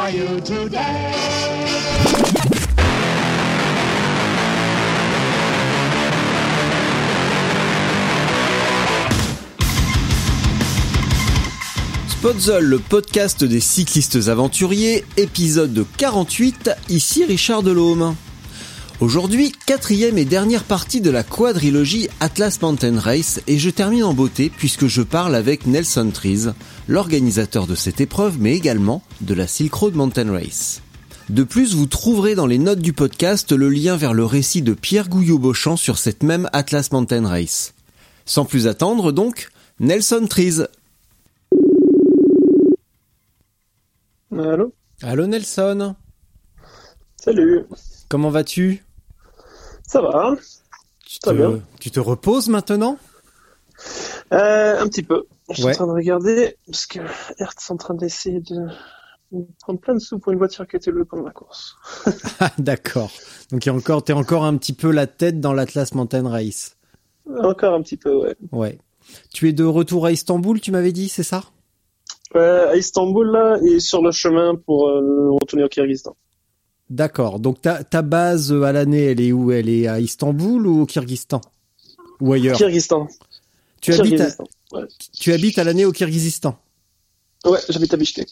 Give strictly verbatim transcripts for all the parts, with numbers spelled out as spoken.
are you today? Podzol, le podcast des cyclistes aventuriers, épisode quarante-huit, ici Richard Delhomme. Aujourd'hui, quatrième et dernière partie de la quadrilogie Atlas Mountain Race, et je termine en beauté puisque je parle avec Nelson Trees, l'organisateur de cette épreuve, mais également de la Silk Road Mountain Race. De plus, vous trouverez dans les notes du podcast le lien vers le récit de Pierre Gouillot-Beauchamp sur cette même Atlas Mountain Race. Sans plus attendre donc, Nelson Trees. Allô ? Allô Nelson. Salut. Comment vas-tu ? Ça va. Tu Très te, bien. Tu te reposes maintenant ? Euh, un petit peu. Je suis Ouais. en train de regarder parce que Hertz est en train d'essayer de de prendre plein de sous pour une voiture qui était louée pendant la course. Ah d'accord. Donc il y a encore, t'es encore un petit peu la tête dans l'Atlas Mountain Race. Encore un petit peu, ouais. Ouais. Tu es de retour à Istanbul, tu m'avais dit, c'est ça ? Euh, à Istanbul, là, et sur le chemin pour euh, retourner au Kyrgyzstan. D'accord. Donc ta, ta base à l'année, elle est où ? Elle est à Istanbul ou au Kyrgyzstan ? Ou ailleurs ? Kyrgyzstan. Tu habites à, Kyrgyzstan. Ouais. tu habites à l'année au Kyrgyzstan ? Ouais, j'habite à Bishkek.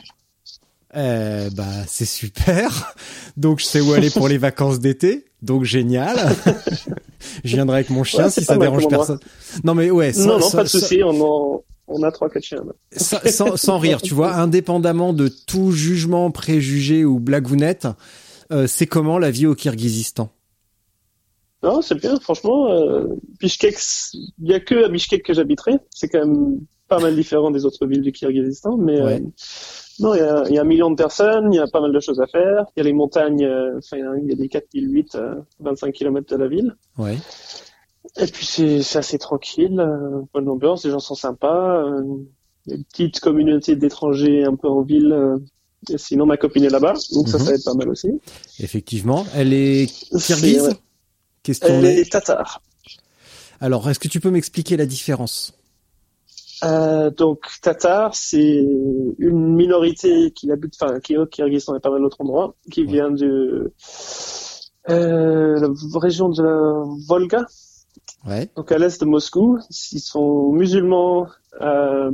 Eh bah c'est super. Donc je sais où aller pour les vacances d'été. Donc génial. Je viendrai avec mon chien Ouais, c'est si pas ça mal dérange comme endroit. personne. Non mais ouais. Non, sans- non, sans- pas de souci. On, en- on a trois, quatre chiens. Là. sans, sans, sans rire, tu vois, indépendamment de tout jugement, préjugé ou blagounette, euh, c'est comment la vie au Kyrgyzstan ? Non, c'est bien, franchement. Euh, Bishkek, il y a que à Bishkek que j'habiterai. C'est quand même pas mal différent des autres villes du Kyrgyzstan, mais Ouais. euh, non, il y a, il y a un million de personnes, il y a pas mal de choses à faire. Il y a les montagnes, euh, enfin, il y a des quatre mille huit, euh, vingt-cinq kilomètres de la ville. Ouais. Et puis c'est, c'est assez tranquille, euh, bonne ambiance, les gens sont sympas. Euh, il y a une petite communauté d'étrangers un peu en ville. Euh, et sinon, ma copine est là-bas, donc ça, Mhm. ça va être pas mal aussi. Effectivement. Elle est C'est, kirghize ? ouais. Question Elle née. est tatar. Alors, est-ce que tu peux m'expliquer la différence ? Euh, donc tatar, c'est une minorité qui habite, enfin qui est au Kyrgyzstan et pas mal d'autres endroits, qui Ouais. vient de euh, la région de la Volga, Ouais. donc à l'est de Moscou. Ils sont musulmans euh,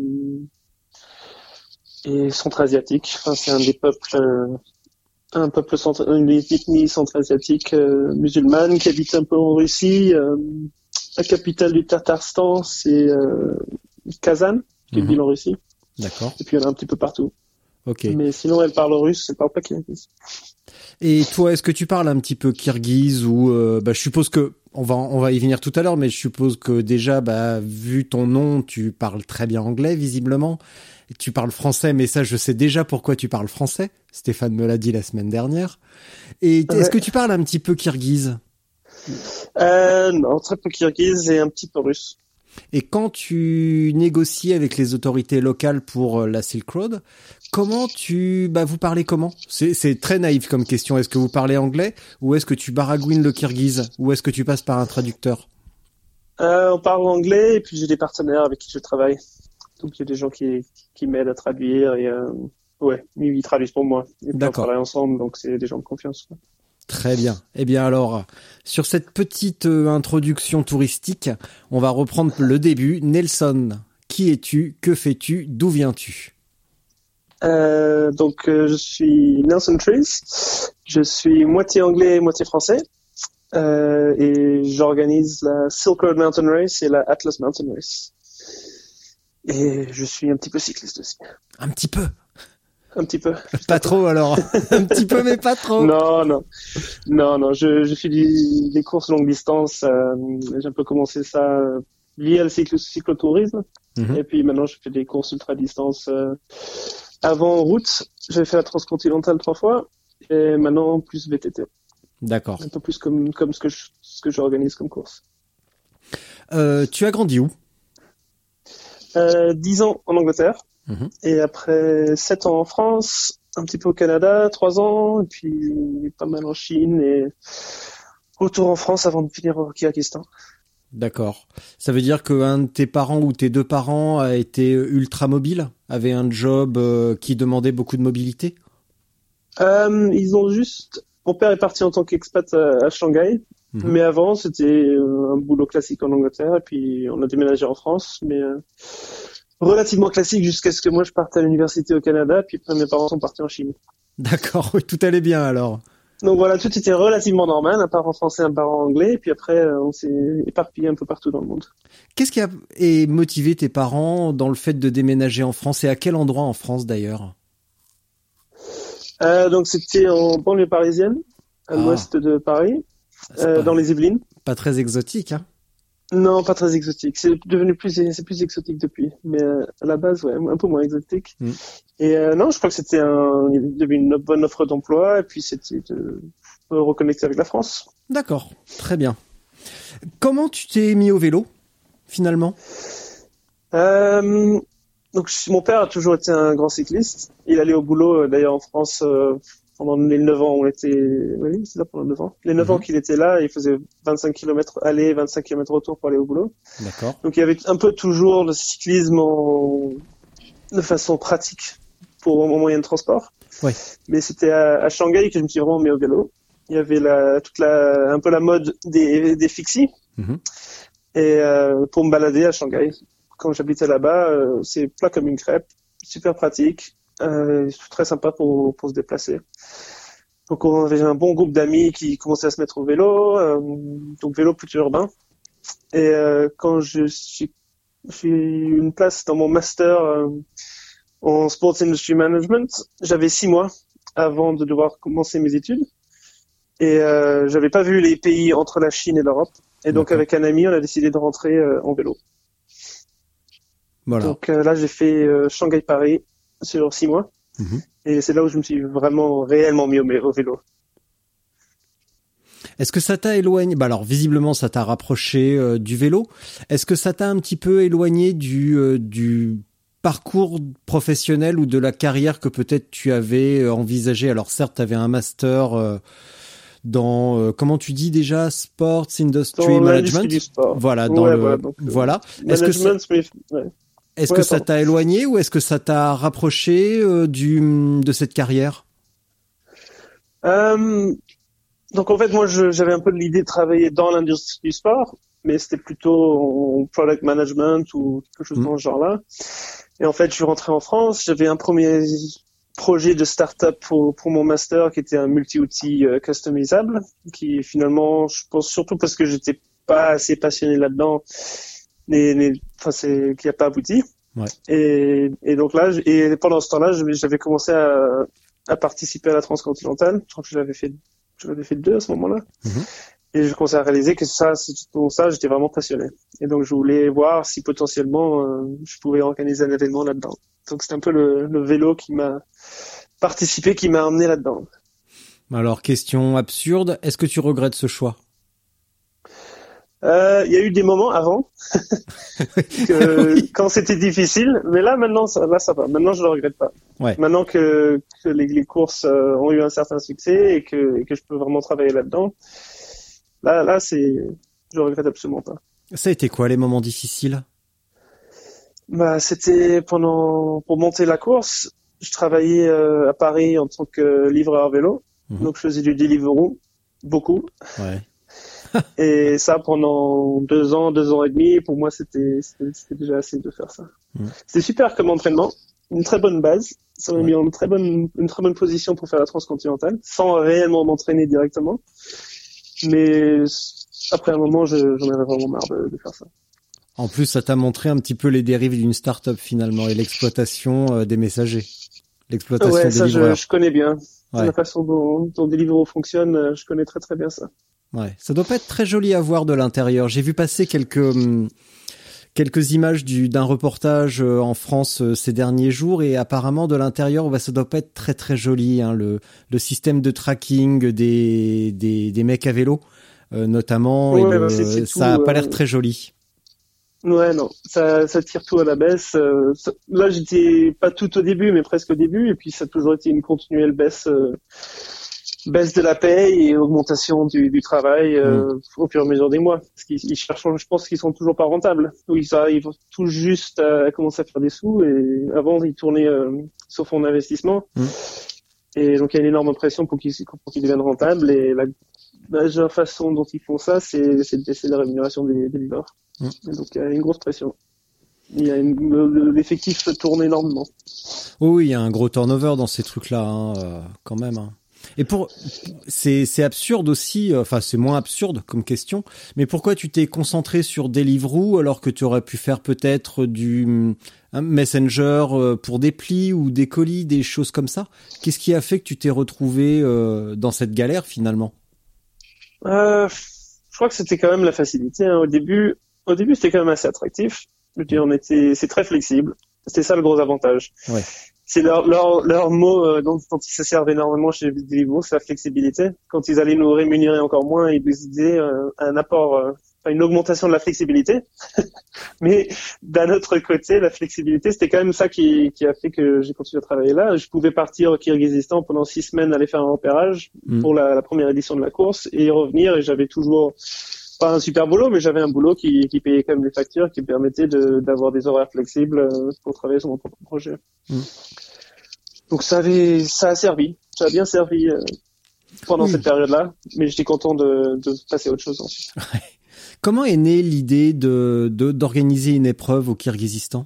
et centra-asiatiques. Enfin, c'est un des peuples, euh, un peuple centra, une des ethnies centra-asiatiques euh, musulmanes qui habite un peu en Russie. Euh, la capitale du Tatarstan, c'est euh, Kazan, qui est une Mhm. ville en Russie. D'accord. Et puis il y en a un petit peu partout. Ok. Mais sinon, elle parle russe, elle parle pas kirghize. Et toi, est-ce que tu parles un petit peu kirghize ou euh, bah, je suppose que on va on va y venir tout à l'heure, mais je suppose que déjà, bah, vu ton nom, tu parles très bien anglais visiblement. Et tu parles français, mais ça, je sais déjà pourquoi tu parles français. Stéphane me l'a dit la semaine dernière. Et Ouais. est-ce que tu parles un petit peu kirghize ? Euh, non, très peu kirghize et un petit peu russe. Et quand tu négocies avec les autorités locales pour euh, la Silk Road, comment tu, bah, vous parlez comment ? C'est, c'est très naïf comme question. Est-ce que vous parlez anglais ou est-ce que tu baragouines le kirghize ou est-ce que tu passes par un traducteur ? Euh, on parle anglais et puis j'ai des partenaires avec qui je travaille. Donc il y a des gens qui, qui m'aident à traduire et euh, ouais, ils traduisent pour moi. Et puis on D'accord. travaille ensemble, donc c'est des gens de confiance. Quoi. Très bien. Eh bien alors, sur cette petite euh, introduction touristique, on va reprendre le début. Nelson, qui es-tu ? Que fais-tu ? D'où viens-tu ? Euh, donc euh, je suis Nelson Trees. Je suis moitié anglais, moitié français. Euh, et j'organise la Silk Road Mountain Race et la Atlas Mountain Race. Et je suis un petit peu cycliste aussi. Un petit peu. Un petit peu. Pas trop alors. Un petit peu, mais pas trop. Non, non, non, non. Je, je fais du, des courses longue distance. Euh, j'ai un peu commencé ça euh, via le cyclo- cyclotourisme. Mhm. Et puis maintenant, je fais des courses ultra distance. Euh, avant en route, j'ai fait la transcontinentale trois fois. Et maintenant, plus V T T. D'accord. Un peu plus comme, comme ce que je, ce que j'organise comme course. Euh, tu as grandi où ? Euh, dix ans en Angleterre. Mhm. Et après sept ans en France, un petit peu au Canada, trois ans, et puis pas mal en Chine et retour en France avant de finir au Kyrgyzstan. D'accord. Ça veut dire qu'un de tes parents ou tes deux parents a été ultra mobile, avait un job euh, qui demandait beaucoup de mobilité ? Euh, ils ont juste... Mon père est parti en tant qu'expat à, à Shanghai, mmh. mais avant, c'était un boulot classique en Angleterre, et puis on a déménagé en France, mais euh, relativement classique jusqu'à ce que moi je parte à l'université au Canada, puis après mes parents sont partis en Chine. D'accord, oui, tout allait bien alors. Donc voilà, tout était relativement normal, un parent français, un parent anglais, et puis après, on s'est éparpillé un peu partout dans le monde. Qu'est-ce qui a motivé tes parents dans le fait de déménager en France, et à quel endroit en France d'ailleurs? Euh, donc c'était en banlieue parisienne, à ah. l'ouest de Paris, euh, pas, dans les Yvelines. Pas très exotique, hein? Non, pas très exotique. C'est devenu plus, c'est plus exotique depuis, mais euh, à la base, ouais, un peu moins exotique. Mm. Et euh, non, je crois que c'était un, il y avait une bonne offre d'emploi, et puis c'était de me reconnecter avec la France. D'accord, très bien. Comment tu t'es mis au vélo, finalement? euh, Donc, mon père a toujours été un grand cycliste. Il allait au boulot, d'ailleurs, en France, euh, pendant les neuf ans où on était, oui, c'est ça, pendant neuf ans. Les neuf mm-hmm. ans qu'il était là, il faisait vingt-cinq kilomètres aller, vingt-cinq kilomètres retour pour aller au boulot. D'accord. Donc, il y avait un peu toujours le cyclisme en... de façon pratique pour mon moyen de transport. Ouais. Mais c'était à, à Shanghai que je me suis vraiment mis au vélo. Il y avait la, toute la, un peu la mode des, des fixies. Mm-hmm. Et, euh, pour me balader à Shanghai. Quand j'habitais là-bas, euh, c'est plat comme une crêpe, super pratique, euh, très sympa pour, pour se déplacer. Donc on avait un bon groupe d'amis qui commençaient à se mettre au vélo, euh, donc vélo plutôt urbain. Et euh, quand je suis, j'ai eu une place dans mon master euh, en Sports Industry Management, j'avais six mois avant de devoir commencer mes études. Et euh, j'avais pas vu les pays entre la Chine et l'Europe. Et donc avec un ami, on a décidé de rentrer euh, en vélo. Voilà. Donc euh, là, j'ai fait euh, Shanghai-Paris sur six mois. Mmh. Et c'est là où je me suis vraiment, réellement mis au, au vélo. Est-ce que ça t'a éloigné? Bah alors, visiblement, ça t'a rapproché euh, du vélo. Est-ce que ça t'a un petit peu éloigné du, euh, du parcours professionnel ou de la carrière que peut-être tu avais envisagé? Alors certes, tu avais un master... Euh, dans euh, comment tu dis déjà, Sports Industry dans Management, du sport. Voilà, dans ouais, le voilà, donc, voilà. Euh, est-ce que ça, mais, ouais. est-ce ouais, que ça t'a éloigné ou est-ce que ça t'a rapproché euh, du de cette carrière? euh, Donc en fait, moi, je, j'avais un peu l'idée de travailler dans l'industrie du sport, mais c'était plutôt en product management ou quelque chose mmh. dans ce genre-là. Et en fait, je suis rentré en France, j'avais un premier projet de start-up pour, pour mon master qui était un multi-outil euh, customisable, qui finalement, je pense surtout parce que j'étais pas assez passionné là-dedans, mais, mais enfin c'est qui a pas abouti. Ouais. Et, et donc là, et pendant ce temps-là, j'avais commencé à, à participer à la transcontinentale. Je crois que je l'avais fait, je l'avais fait deux à ce moment-là. Mm-hmm. Et je commençais à réaliser que ça, c'est pour ça, j'étais vraiment passionné. Et donc je voulais voir si potentiellement euh, je pouvais organiser un événement là-dedans. Donc c'est un peu le, le vélo qui m'a participé, qui m'a emmené là-dedans. Alors, question absurde, est-ce que tu regrettes ce choix? Euh, il y a eu des moments avant, que, oui. quand c'était difficile, mais là maintenant, ça, là ça va. Maintenant, je le regrette pas. Ouais. Maintenant que, que les, les courses euh, ont eu un certain succès et que, et que je peux vraiment travailler là-dedans, là, là, c'est, je le regrette absolument pas. Ça a été quoi les moments difficiles? Bah, c'était pendant pour monter la course. Je travaillais euh, à Paris en tant que livreur vélo, mmh. donc je faisais du Deliveroo, beaucoup. Ouais. Et ça pendant deux ans, deux ans et demi. Pour moi, c'était c'était, c'était déjà assez de faire ça. Mmh. C'était super comme entraînement, une très bonne base. Ça m'a ouais. mis en très bonne une très bonne position pour faire la transcontinentale, sans réellement m'entraîner directement. Mais après un moment, je, j'en avais vraiment marre de, de faire ça. En plus, ça t'a montré un petit peu les dérives d'une start-up finalement et l'exploitation euh, des messagers, l'exploitation ouais, des ça, livreurs. Je, je connais bien. Ouais. La façon dont, dont Deliveroo fonctionne, je connais très très bien ça. Ouais, ça doit pas être très joli à voir de l'intérieur. J'ai vu passer quelques hum, quelques images du d'un reportage euh, en France euh, ces derniers jours et apparemment de l'intérieur, bah, ça doit pas être très très joli. Hein, le le système de tracking des des des mecs à vélo, euh, notamment, ouais, et bah, le, c'est, c'est ça tout, a pas euh... l'air très joli. Ouais, non, ça, ça tire tout à la baisse. Euh, ça, là, j'étais pas tout au début, mais presque au début, et puis ça a toujours été une continuelle baisse, euh, baisse de la paye et augmentation du, du travail euh, mmh. au fur et à mesure des mois. Parce qu'ils ils cherchent, je pense qu'ils sont toujours pas rentables. Ils arrivent tout juste à commencer à faire des sous, et avant ils tournaient euh, sur fonds d'investissement. Mmh. Et donc il y a une énorme pression pour qu'ils pour qu'ils deviennent rentables. Et la majeure façon dont ils font ça, c'est, c'est de baisser la rémunération des, des livreurs. Mmh. Et donc il y a une grosse pression. Il y a une, l'effectif tourne énormément. Oui, il y a un gros turnover dans ces trucs-là, hein, euh, quand même. Hein. Et pour, c'est, c'est absurde aussi, enfin c'est moins absurde comme question, mais pourquoi tu t'es concentré sur Deliveroo alors que tu aurais pu faire peut-être du un Messenger pour des plis ou des colis, des choses comme ça? Qu'est-ce qui a fait que tu t'es retrouvé euh, dans cette galère finalement? euh, Je crois que c'était quand même la facilité. Hein. Au début, au début c'était quand même assez attractif. Je veux dire, on était, c'est très flexible. C'était ça le gros avantage. Ouais. C'est leur, leur, leur mot euh, dont, dont ils se servent énormément chez Deliveroo, c'est la flexibilité. Quand ils allaient nous rémunérer encore moins, ils nous disaient euh, un apport, euh, une augmentation de la flexibilité. Mais d'un autre côté, la flexibilité, c'était quand même ça qui, qui a fait que j'ai continué à travailler là. Je pouvais partir au Kirghizistan pendant six semaines, aller faire un repérage mmh. pour la, la première édition de la course et y revenir. Et j'avais toujours pas un super boulot, mais j'avais un boulot qui, qui payait quand même les factures, qui me permettait de, d'avoir des horaires flexibles pour travailler sur mon propre projet. Mmh. Donc ça avait, ça a servi, ça a bien servi euh, pendant oui. cette période-là, mais j'étais content de, de passer à autre chose ensuite. Ouais. Comment est née l'idée de, de d'organiser une épreuve au Kirghizistan?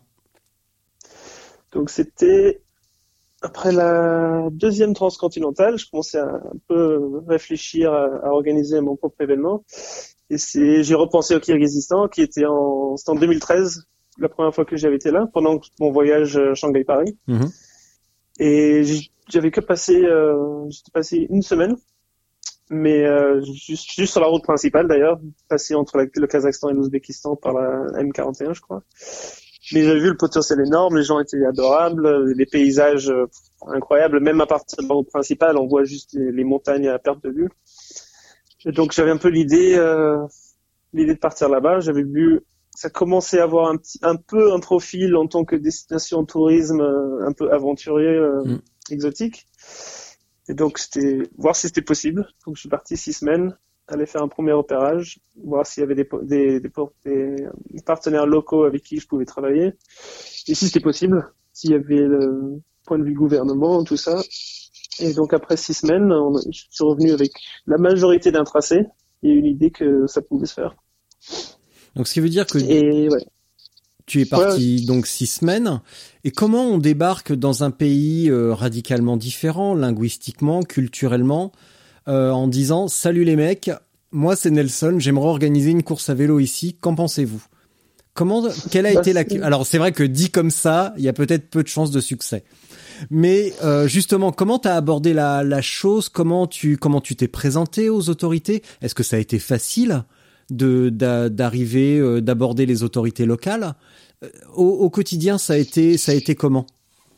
Donc c'était après la deuxième transcontinentale, je commençais à un peu réfléchir à, à organiser mon propre événement, et c'est j'ai repensé au Kirghizistan, qui était en c'était en deux mille treize, la première fois que j'avais été là, pendant mon voyage Shanghai-Paris. Mmh. Et j'avais que passé, euh, j'étais passé une semaine, mais euh, juste, juste sur la route principale d'ailleurs, passé entre la, le Kazakhstan et l'Ouzbékistan par la M quarante et un, je crois. Mais j'avais vu le potentiel énorme, les gens étaient adorables, les paysages euh, incroyables, même à partir de la route principale, on voit juste les, les montagnes à perte de vue. Et donc j'avais un peu l'idée, euh, l'idée de partir là-bas. J'avais vu ça commençait à avoir un petit, un peu un profil en tant que destination tourisme euh, un peu aventurier, euh, mmh. exotique. Et donc c'était voir si c'était possible. Donc je suis parti six semaines, aller faire un premier repérage, voir s'il y avait des, des, des, des partenaires locaux avec qui je pouvais travailler, et si c'était possible, s'il y avait le point de vue gouvernement, tout ça. Et donc après six semaines, on, je suis revenu avec la majorité d'un tracé et une idée que ça pouvait se faire. Donc, ce qui veut dire que et, ouais. tu es parti ouais. donc six semaines. Et comment on débarque dans un pays euh, radicalement différent, linguistiquement, culturellement, euh, en disant « Salut les mecs, moi c'est Nelson, j'aimerais organiser une course à vélo ici, qu'en pensez-vous » Comment, quelle a bah, été la... C'est... Alors, c'est vrai que dit comme ça, il y a peut-être peu de chances de succès. Mais euh, justement, comment t'as abordé la, la chose? Comment tu comment tu t'es présenté aux autorités? Est-ce que ça a été facile de d'a, d'arriver, euh, d'aborder les autorités locales? Au, au quotidien, ça a été ça a été comment?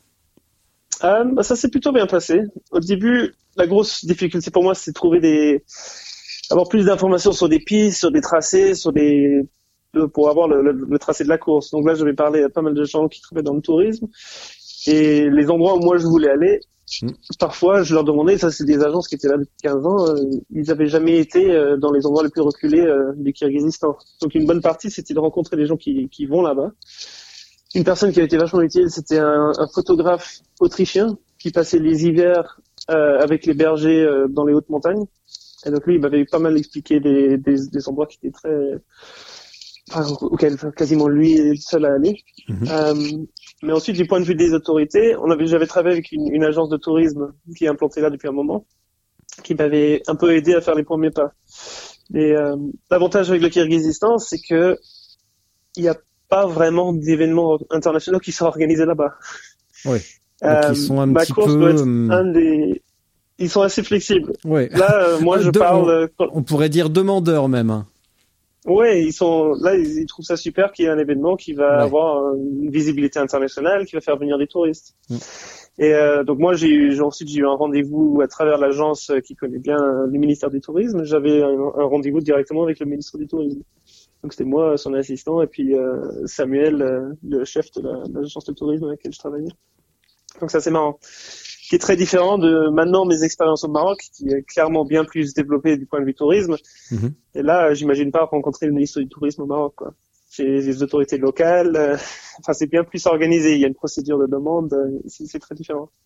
euh, bah, Ça s'est plutôt bien passé. Au début, la grosse difficulté pour moi, c'est de trouver des avoir plus d'informations sur des pistes, sur des tracés, sur des pour avoir le, le, le tracé de la course. Donc là, j'avais parlé à pas mal de gens qui travaillent dans le tourisme. Et les endroits où moi je voulais aller, mmh. parfois je leur demandais, ça c'est des agences qui étaient là depuis quinze ans, euh, ils avaient jamais été euh, dans les endroits les plus reculés euh, du Kirghizistan. Donc une bonne partie c'était de rencontrer des gens qui, qui vont là-bas. Une personne qui a été vachement utile, c'était un, un photographe autrichien qui passait les hivers euh, avec les bergers euh, dans les hautes montagnes. Et donc lui il m'avait pas mal expliqué des, des, des endroits qui étaient très... Enfin, auquel quasiment lui est seul à aller. Mmh. Euh, mais ensuite, du point de vue des autorités, on avait, j'avais travaillé avec une, une agence de tourisme qui est implantée là depuis un moment, qui m'avait un peu aidé à faire les premiers pas. Et euh, l'avantage avec le Kirghizistan, c'est que il n'y a pas vraiment d'événements internationaux qui sont organisés là-bas. Oui. Donc euh, ils sont un ma petit course peu. Doit être un des. Ils sont assez flexibles. Ouais. Là, euh, moi, je De, parle. On, on pourrait dire demandeurs même. Ouais, ils sont là, ils, ils trouvent ça super qu'il y ait un événement qui va ouais. avoir une visibilité internationale, qui va faire venir des touristes. Mm. Et euh, donc moi, j'ai eu, ensuite j'ai eu un rendez-vous à travers l'agence qui connaît bien le ministère du Tourisme. J'avais un, un rendez-vous directement avec le ministre du Tourisme. Donc c'était moi, son assistant, et puis euh, Samuel, euh, le chef de, la, de l'agence de tourisme avec laquelle je travaillais. Donc ça c'est marrant. Qui est très différent de maintenant mes expériences au Maroc, qui est clairement bien plus développé du point de vue tourisme. Mmh. Et là, j'imagine pas rencontrer le ministre du Tourisme au Maroc, quoi. C'est les autorités locales. Euh, enfin, c'est bien plus organisé. Il y a une procédure de demande. Euh, c'est, c'est très différent.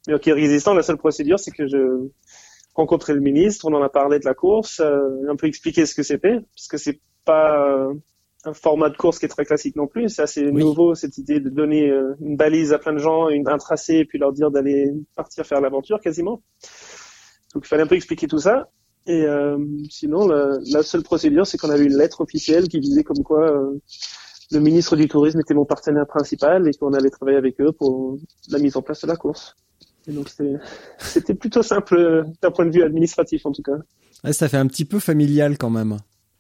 Mais au Kirghizistan, la seule procédure, c'est que je rencontrais le ministre, on en a parlé de la course, euh, un peu expliqué ce que c'était, parce que c'est pas euh, un format de course qui est très classique non plus. C'est assez oui. nouveau, cette idée de donner euh, une balise à plein de gens, une, un tracé, et puis leur dire d'aller partir faire l'aventure quasiment. Donc il fallait un peu expliquer tout ça. Et euh, sinon, la, la seule procédure, c'est qu'on avait une lettre officielle qui disait comme quoi euh, le ministre du Tourisme était mon partenaire principal et qu'on allait travailler avec eux pour la mise en place de la course. Et donc c'était, c'était plutôt simple d'un point de vue administratif en tout cas. Ouais, ça fait un petit peu familial quand même.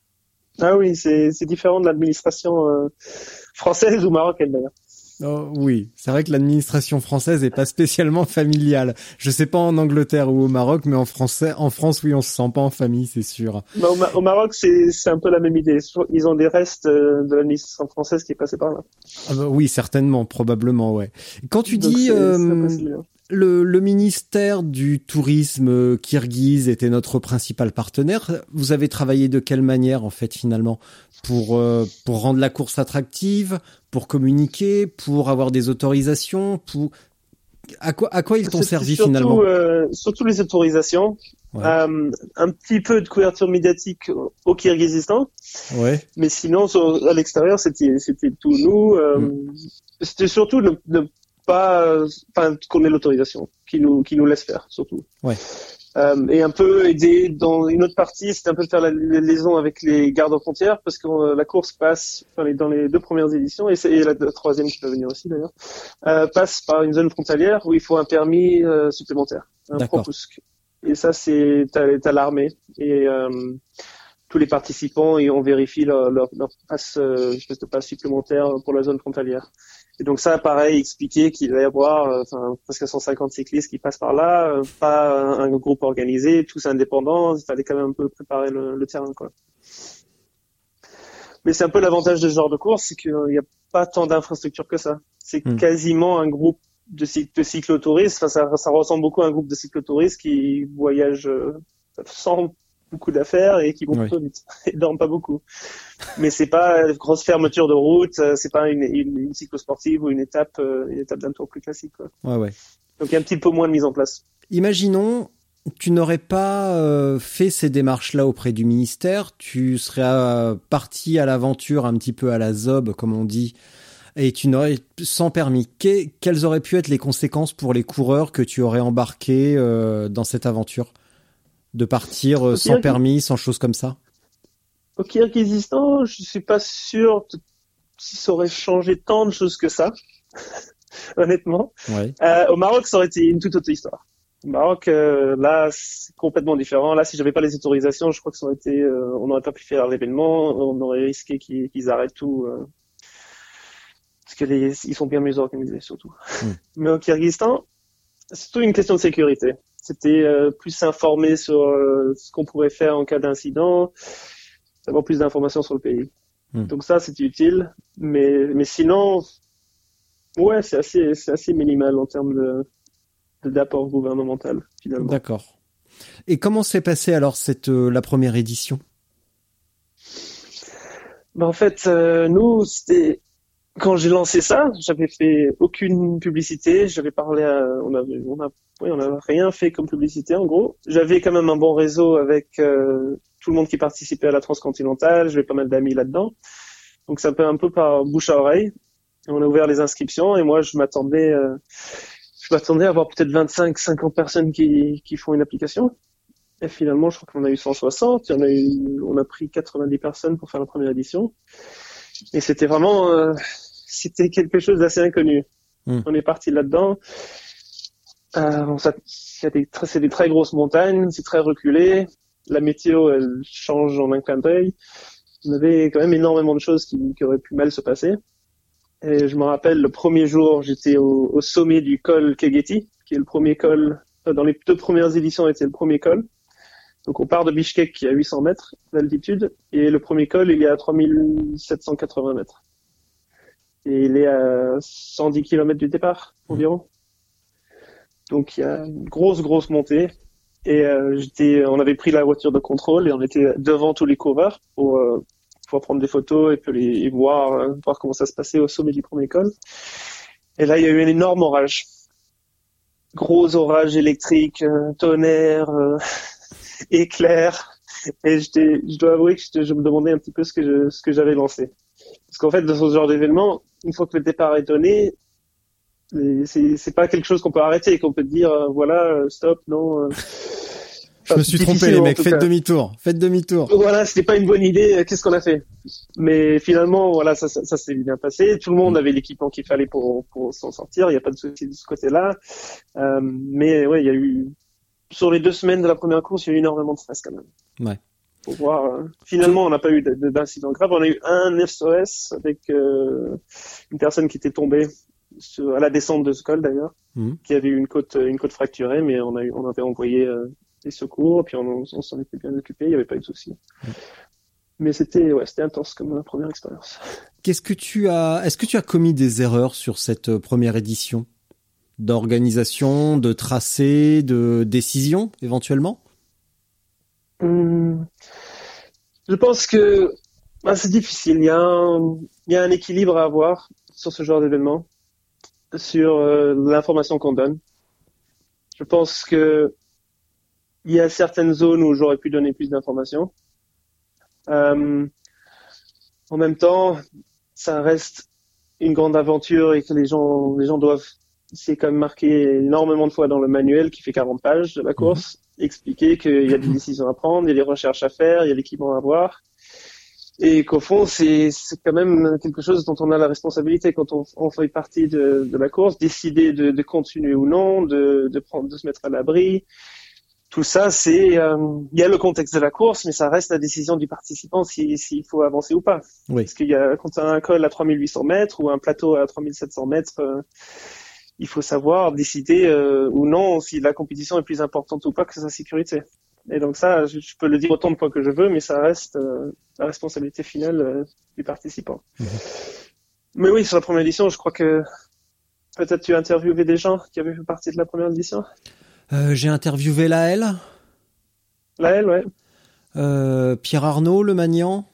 Ah oui, c'est, c'est différent de l'administration euh, française ou marocaine d'ailleurs. Oh, oui, c'est vrai que l'administration française est pas spécialement familiale. Je sais pas en Angleterre ou au Maroc, mais en français, en France, oui, on se sent pas en famille, c'est sûr. Bah, au, Ma- au Maroc, c'est, c'est un peu la même idée. Ils ont des restes euh, de l'administration française qui est passée par là. Ah bah, oui, certainement, probablement, ouais. Quand tu Donc dis c'est, euh, c'est le, le ministère du tourisme kirghize était notre principal partenaire, vous avez travaillé de quelle manière en fait finalement pour euh, pour rendre la course attractive, pour communiquer, pour avoir des autorisations, pour à quoi à quoi ils t'ont C'était servi surtout, finalement euh, surtout les autorisations, ouais. euh, un petit peu de couverture médiatique au Kirghizistan, ouais. Mais sinon sur, à l'extérieur c'était c'était tout nous. Euh, mm. C'était surtout ne, ne pas, enfin qu'on ait l'autorisation, qui nous qui nous laisse faire surtout. Ouais. Euh, et un peu aider dans une autre partie, c'était un peu de faire la, la liaison avec les gardes frontières parce que euh, la course passe, enfin les, dans les deux premières éditions et c'est et la, la troisième qui va venir aussi d'ailleurs, euh, passe par une zone frontalière où il faut un permis euh, supplémentaire, un D'accord. propusque. Et ça c'est t'as, t'as l'armée et euh, tous les participants et on vérifie leur leur, leur passe, euh, espèce de passe supplémentaire pour la zone frontalière. Et donc ça, pareil, expliquer qu'il va y avoir euh, enfin, presque cent cinquante cyclistes qui passent par là, euh, pas un, un groupe organisé, tous indépendants, il fallait quand même un peu préparer le, le terrain, quoi. Mais c'est un peu l'avantage de ce genre de course, c'est qu'il n'y a pas tant d'infrastructures que ça. C'est mmh. quasiment un groupe de, de cyclotouristes, enfin, ça, ça ressemble beaucoup à un groupe de cyclotouristes qui voyagent euh, sans beaucoup d'affaires et qui vont plutôt oui. vite et dorment pas beaucoup. Mais c'est pas une grosse fermeture de route, c'est pas une, une, une cyclosportive ou une étape, une étape d'un tour plus classique, quoi. Ouais, ouais. Donc il y a un petit peu moins de mise en place. Imaginons, tu n'aurais pas euh, fait ces démarches-là auprès du ministère, tu serais euh, parti à l'aventure un petit peu à la zob, comme on dit, et tu n'aurais sans permis. Que, quelles auraient pu être les conséquences pour les coureurs que tu aurais embarqués euh, dans cette aventure? De partir euh, sans permis, sans choses comme ça? Au Kirghizistan, je suis pas sûr de, si ça aurait changé tant de choses que ça, honnêtement. Ouais. Euh, au Maroc, ça aurait été une toute autre histoire. Au Maroc, euh, là, c'est complètement différent. Là, si j'avais pas les autorisations, je crois que ça aurait été, euh, on n'aurait pas pu faire l'événement, on aurait risqué qu'ils, qu'ils arrêtent tout, euh, parce que les, ils sont bien mieux organisés, surtout. Mm. Mais au Kirghizistan, c'est surtout une question de sécurité. C'était euh, plus s'informer sur euh, ce qu'on pourrait faire en cas d'incident, avoir plus d'informations sur le pays. Mmh. Donc ça, c'était utile. Mais, mais sinon, ouais, c'est assez, c'est assez minimal en termes de, de d'apport gouvernemental, finalement. D'accord. Et comment s'est passée alors cette euh, la première édition? Ben, en fait, euh, nous, c'était quand j'ai lancé ça, j'avais fait aucune publicité, j'avais parlé à, on avait, on a, oui, on n'a rien fait comme publicité en gros. J'avais quand même un bon réseau avec euh, tout le monde qui participait à la transcontinentale, j'avais pas mal d'amis là-dedans. Donc ça peut un peu par bouche à oreille. On a ouvert les inscriptions et moi je m'attendais, euh, je m'attendais à avoir peut-être vingt-cinq, cinquante personnes qui, qui font une application. Et finalement, je crois qu'on a eu cent soixante. Il y en a eu, on a pris quatre-vingt-dix personnes pour faire la première édition. Et c'était vraiment, euh, c'était quelque chose d'assez inconnu. Mmh. On est parti là-dedans. Euh, on y a des, c'est des très grosses montagnes, c'est très reculé. La météo, elle change en un clin d'œil. On avait quand même énormément de choses qui, qui auraient pu mal se passer. Et je me rappelle, le premier jour, j'étais au, au sommet du col Kegeti, qui est le premier col, euh, dans les deux premières éditions, était le premier col. Donc on part de Bishkek qui est à huit cents mètres d'altitude et le premier col il est à trois mille sept cent quatre-vingts mètres. Et il est à cent dix kilomètres du départ environ. Donc il y a une grosse grosse montée et euh, j'étais, on avait pris la voiture de contrôle et on était devant tous les coureurs pour euh, pouvoir prendre des photos et puis les et voir euh, voir comment ça se passait au sommet du premier col. Et là il y a eu un énorme orage. gros orages électriques, euh, tonnerre, euh, éclairs. Et j'étais, je dois avouer que je, je me demandais un petit peu ce que je, ce que j'avais lancé. Parce qu'en fait, dans ce genre d'événement, une fois que le départ est donné, c'est, c'est pas quelque chose qu'on peut arrêter, qu'on peut dire, euh, voilà, euh, stop, non. Euh, je me suis trompé, les mecs, faites demi-tour, faites demi-tour. Voilà, c'était pas une bonne idée, qu'est-ce qu'on a fait? Mais finalement, voilà, ça, ça, ça s'est bien passé. Tout le monde avait l'équipement qu'il fallait pour, pour s'en sortir, il n'y a pas de souci de ce côté-là. Euh, mais ouais, il y a eu, sur les deux semaines de la première course, il y a eu énormément de stress quand même. Ouais. Pour voir, euh, finalement, on n'a pas eu d'incident grave. On a eu un S O S avec euh, une personne qui était tombée sur, à la descente de ce col d'ailleurs, mmh. qui avait eu une côte, une côte fracturée, mais on a eu, on avait envoyé euh, des secours, puis on, on s'en était bien occupé, il n'y avait pas eu de souci. Mmh. Mais c'était, ouais, c'était intense comme la première expérience. Qu'est-ce que tu as, est-ce que tu as commis des erreurs sur cette première édition d'organisation, de tracé, de décision éventuellement? Hum, je pense que bah, c'est difficile. Il y a un, il y a un équilibre à avoir sur ce genre d'événement, sur euh, l'information qu'on donne. Je pense que il y a certaines zones où j'aurais pu donner plus d'informations. Euh, en même temps, ça reste une grande aventure et que les gens, les gens doivent, c'est quand même marqué énormément de fois dans le manuel qui fait quarante pages de la course. Mmh. Expliquer qu'il y a des décisions à prendre, il y a des recherches à faire, il y a l'équipement à avoir, et qu'au fond c'est c'est quand même quelque chose dont on a la responsabilité quand on, on fait partie de, de la course, décider de, de continuer ou non, de, de prendre, de se mettre à l'abri. Tout ça, c'est euh, il y a le contexte de la course, mais ça reste la décision du participant s'il si, si faut avancer ou pas. Oui. Parce qu'il y a quand on a un col à trois mille huit cents mètres ou un plateau à trois mille sept cents mètres. Euh, il faut savoir décider euh, ou non si la compétition est plus importante ou pas que sa sécurité. Et donc ça, je, je peux le dire autant de fois que je veux, mais ça reste euh, la responsabilité finale euh, du participant. Mmh. Mais oui, sur la première édition, je crois que peut-être tu as interviewé des gens qui avaient fait partie de la première édition. Euh, j'ai interviewé Laël. Laël, ouais. Euh, Pierre Arnaud, le Magnan.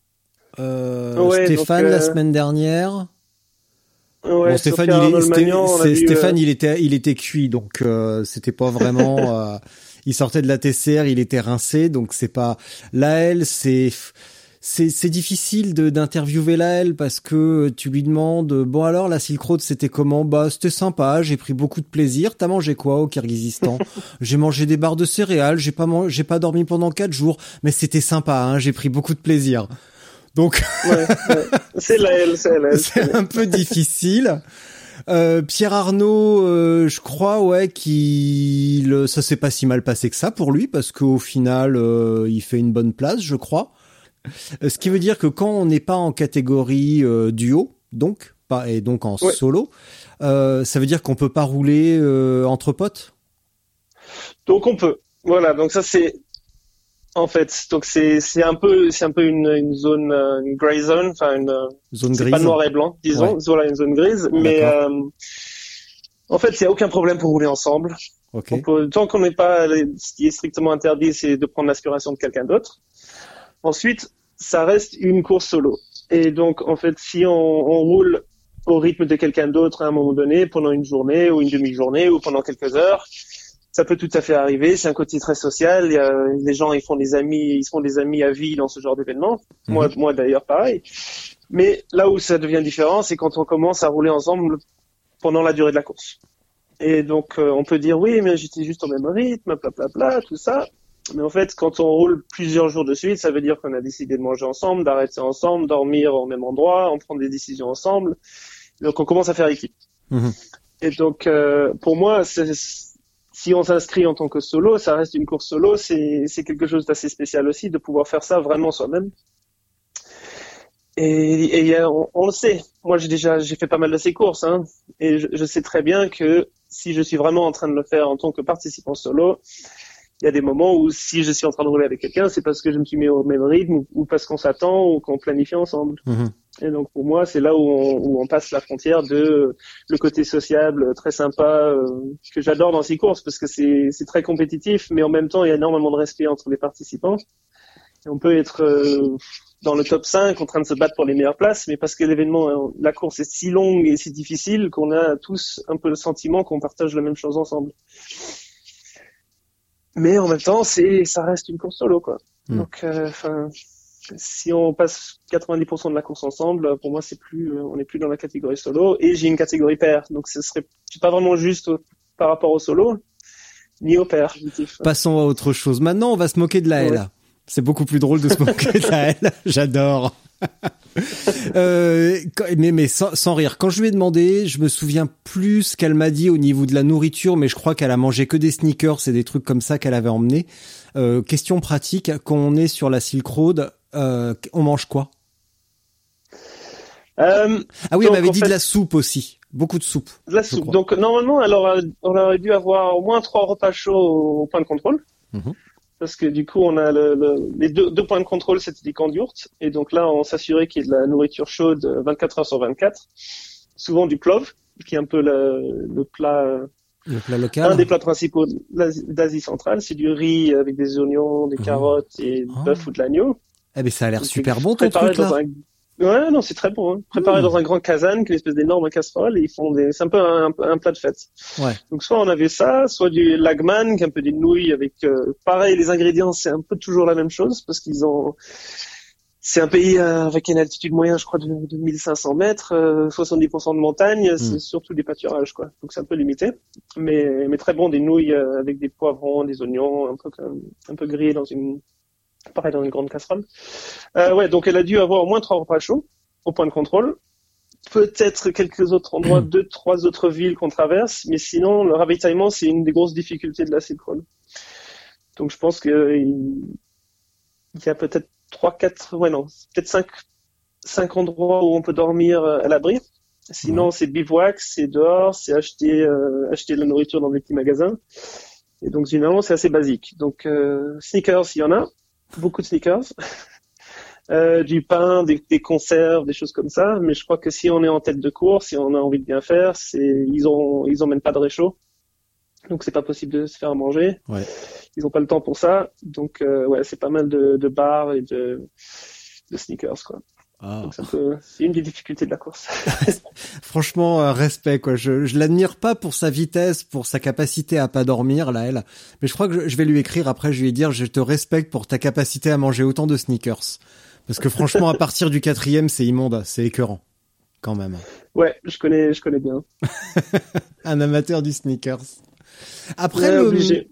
Euh, ouais, Stéphane, donc, euh... la semaine dernière. Ouais, bon, Stéphane, il, est, Magnan, c'est, Stéphane, euh... il était, il était cuit, donc euh, c'était pas vraiment. euh, il sortait de la T C R, il était rincé, donc c'est pas. Laël, c'est, c'est, c'est difficile de d'interviewer Laël parce que tu lui demandes, bon alors la Silk Road c'était comment? Bah c'était sympa, j'ai pris beaucoup de plaisir. T'as mangé quoi au Kirghizistan? J'ai mangé des barres de céréales, j'ai pas man... j'ai pas dormi pendant quatre jours, mais c'était sympa, hein, j'ai pris beaucoup de plaisir. Donc, ouais, ouais. c'est Laël, c'est Laël. C'est un peu difficile. Euh, Pierre Arnaud, euh, je crois, ouais, qu'il, ça s'est pas si mal passé que ça pour lui, parce qu'au final, euh, il fait une bonne place, je crois. Ce qui veut dire que quand on n'est pas en catégorie euh, duo, donc, pas et donc en ouais. solo, euh, ça veut dire qu'on peut pas rouler euh, entre potes. Donc on peut. Voilà. Donc ça c'est. En fait, donc c'est c'est un peu c'est un peu une une zone euh, une gray zone, enfin une zone c'est grise. pas noir et blanc, disons, ouais. Voilà une zone grise, mais euh, en fait, il y a aucun problème pour rouler ensemble. Okay. Peut, tant qu'on n'est pas, ce qui est strictement interdit, c'est de prendre l'aspiration de quelqu'un d'autre. Ensuite, ça reste une course solo. Et donc en fait, si on, on roule au rythme de quelqu'un d'autre à un moment donné, pendant une journée ou une demi-journée ou pendant quelques heures, ça peut tout à fait arriver. C'est un côté très social. Il y a, les gens, ils font des amis, ils se font des amis à vie dans ce genre d'événement. Mmh. Moi, moi d'ailleurs, pareil. Mais là où ça devient différent, c'est quand on commence à rouler ensemble pendant la durée de la course. Et donc, euh, on peut dire oui, mais j'étais juste au même rythme, bla bla bla, tout ça. Mais en fait, quand on roule plusieurs jours de suite, ça veut dire qu'on a décidé de manger ensemble, d'arrêter ensemble, dormir au même endroit, on prend des décisions ensemble. Donc, on commence à faire équipe. Mmh. Et donc, euh, pour moi, c'est si on s'inscrit en tant que solo, ça reste une course solo, c'est, c'est quelque chose d'assez spécial aussi, de pouvoir faire ça vraiment soi-même. Et, et on, on le sait. Moi, j'ai déjà, j'ai fait pas mal de ces courses, hein, et je, je sais très bien que si je suis vraiment en train de le faire en tant que participant solo, il y a des moments où si je suis en train de rouler avec quelqu'un, c'est parce que je me suis mis au même rythme ou parce qu'on s'attend ou qu'on planifie ensemble. Mmh. Et donc pour moi, c'est là où on, où on passe la frontière de le côté sociable, très sympa, euh, que j'adore dans ces courses parce que c'est, c'est très compétitif, mais en même temps, il y a énormément de respect entre les participants. Et on peut être, euh, dans le top cinq en train de se battre pour les meilleures places, mais parce que l'événement, la course est si longue et si difficile qu'on a tous un peu le sentiment qu'on partage la même chose ensemble. Mais en même temps, c'est, ça reste une course solo, quoi. Mmh. Donc, enfin, euh, si on passe quatre-vingt-dix pour cent de la course ensemble, pour moi, c'est plus, on n'est plus dans la catégorie solo. Et j'ai une catégorie pair, donc ce serait, c'est pas vraiment juste au, par rapport au solo, ni au pair. Passons à autre chose. Maintenant, on va se moquer de la L. Ouais. C'est beaucoup plus drôle de se moquer de la L. J'adore. euh, mais mais sans, sans rire. Quand je lui ai demandé, je me souviens plus ce qu'elle m'a dit au niveau de la nourriture, mais je crois qu'elle a mangé que des sneakers et des trucs comme ça qu'elle avait emmené. Euh, question pratique, quand on est sur la Silk Road, euh, on mange quoi? euh, Ah oui, donc, elle m'avait dit fait, de la soupe aussi. Beaucoup de soupe. De la soupe. Donc normalement, alors, on aurait dû avoir au moins trois repas chauds au point de contrôle. Mmh. Parce que du coup, on a le, le, les deux, deux points de contrôle, c'était des camps d'yourtes. Et donc là, on s'assurait qu'il y ait de la nourriture chaude vingt-quatre heures sur vingt-quatre. Souvent du plov, qui est un peu le, le plat, le plat local. Un des plats principaux d'Asie centrale. C'est du riz avec des oignons, des mmh. carottes et oh. du bœuf ou de l'agneau. Eh ben, ça a l'air donc, super bon, ton truc, là. Un... Ouais, non, c'est très bon. Hein. Préparé mmh. dans un grand kazan, qui est une espèce d'énorme casserole, et ils font des, c'est un peu un, un plat de fête. Ouais. Donc soit on avait ça, soit du lagman, qui est un peu des nouilles avec, euh, pareil, les ingrédients, c'est un peu toujours la même chose, parce qu'ils ont, c'est un pays euh, avec une altitude moyenne, je crois, de, de mille cinq cents mètres, euh, soixante-dix pour cent de montagne, mmh. c'est surtout des pâturages, quoi. Donc c'est un peu limité. Mais, mais très bon, des nouilles euh, avec des poivrons, des oignons, un peu, un peu grillés dans une, pareil dans une grande casserole. Euh, ouais, donc elle a dû avoir au moins trois repas chauds au point de contrôle. Peut-être quelques autres endroits, mmh. deux, trois autres villes qu'on traverse, mais sinon le ravitaillement c'est une des grosses difficultés de la Silk Road. Donc je pense que il y a peut-être trois, quatre, ouais non, peut-être cinq, cinq endroits où on peut dormir à l'abri. Sinon mmh. c'est bivouac, c'est dehors, c'est acheter euh, acheter de la nourriture dans des petits magasins. Et donc généralement c'est assez basique. Donc euh, sneakers, il y en a. Beaucoup de sneakers, euh, du pain, des, des conserves, des choses comme ça. Mais je crois que si on est en tête de course, si on a envie de bien faire, c'est ils ont ils emmènent pas de réchaud, donc c'est pas possible de se faire à manger. Ouais. Ils ont pas le temps pour ça, donc euh, ouais, c'est pas mal de, de bars et de, de sneakers quoi. Ah. Donc c'est, un peu, c'est une des difficultés de la course. Franchement, euh, respect quoi. Je, je l'admire pas pour sa vitesse, pour sa capacité à pas dormir là, elle. Mais je crois que je, je vais lui écrire après. Je vais lui dire, je te respecte pour ta capacité à manger autant de sneakers. Parce que franchement, à partir du quatrième, c'est immonde, c'est écœurant, quand même. Ouais, je connais, je connais bien. Un amateur du sneakers. Après ouais, le, obligé.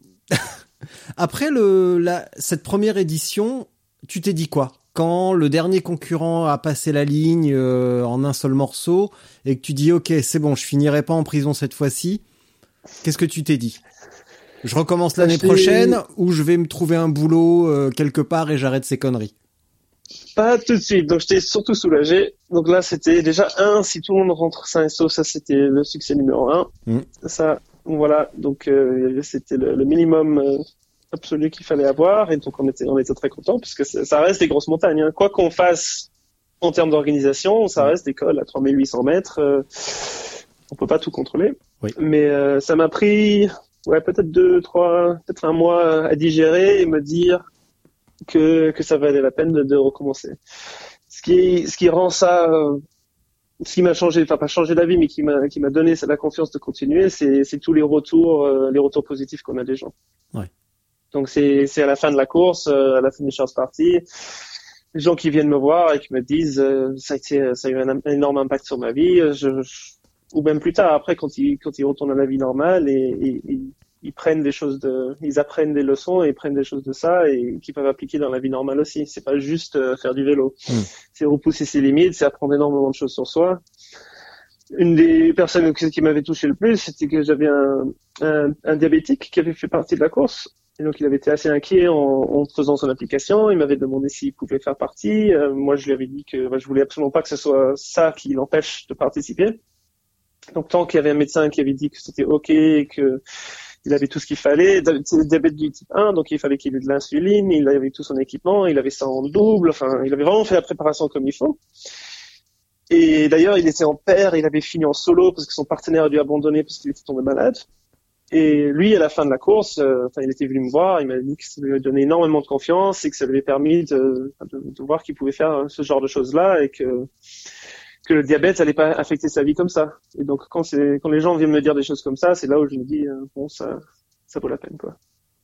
après le, la, cette première édition, tu t'es dit quoi? Quand le dernier concurrent a passé la ligne euh, en un seul morceau et que tu dis ok c'est bon je finirai pas en prison cette fois-ci, qu'est-ce que tu t'es dit? Je recommence l'année J'ai... prochaine ou je vais me trouver un boulot euh, quelque part et j'arrête ces conneries? Pas tout de suite, donc j'étais surtout soulagé. Donc là c'était déjà un, si tout le monde rentre sain et sauf, ça c'était le succès numéro un. Mmh. Ça, voilà, donc euh, c'était le, le minimum euh, absolu qu'il fallait avoir, et donc on était on était très contents puisque ça reste des grosses montagnes. Hein. Quoi qu'on fasse en termes d'organisation, ça reste des cols à trois mille huit cents mètres. Euh, on peut pas tout contrôler. Oui. Mais euh, ça m'a pris ouais peut-être deux, trois, peut-être un mois à digérer et me dire que que ça valait la peine de, de recommencer. Ce qui ce qui rend ça euh, ce qui m'a changé, enfin pas changé la vie, mais qui m'a qui m'a donné la confiance de continuer, c'est c'est tous les retours euh, les retours positifs qu'on a des gens. Ouais. Donc c'est c'est à la fin de la course, euh, à la finishers party, les gens qui viennent me voir et qui me disent euh, ça a été ça a eu un, un énorme impact sur ma vie, je, je, ou même plus tard après quand ils quand ils retournent à la vie normale et, et, et ils prennent des choses de ils apprennent des leçons et ils prennent des choses de ça et qui peuvent appliquer dans la vie normale aussi. C'est pas juste euh, faire du vélo. Mmh. C'est repousser ses limites, c'est apprendre énormément de choses sur soi. Une des personnes qui m'avait touché le plus, c'était que j'avais un, un, un diabétique qui avait fait partie de la course. Et donc, il avait été assez inquiet en, en faisant son application. Il m'avait demandé s'il pouvait faire partie. Euh, moi, je lui avais dit que bah, je voulais absolument pas que ce soit ça qui l'empêche de participer. Donc, tant qu'il y avait un médecin qui avait dit que c'était OK et que il avait tout ce qu'il fallait, c'est le diabète du type un, donc il fallait qu'il ait de l'insuline, il avait tout son équipement, il avait ça en double, enfin, il avait vraiment fait la préparation comme il faut. Et d'ailleurs, il était en paire, il avait fini en solo parce que son partenaire a dû abandonner parce qu'il était tombé malade. Et lui, à la fin de la course, euh, enfin, il était venu me voir, il m'a dit que ça lui a donné énormément de confiance et que ça lui a permis de, de, de voir qu'il pouvait faire ce genre de choses-là et que que le diabète allait pas affecter sa vie comme ça. Et donc quand c'est quand les gens viennent me dire des choses comme ça, c'est là où je me dis euh, bon ça ça vaut la peine quoi.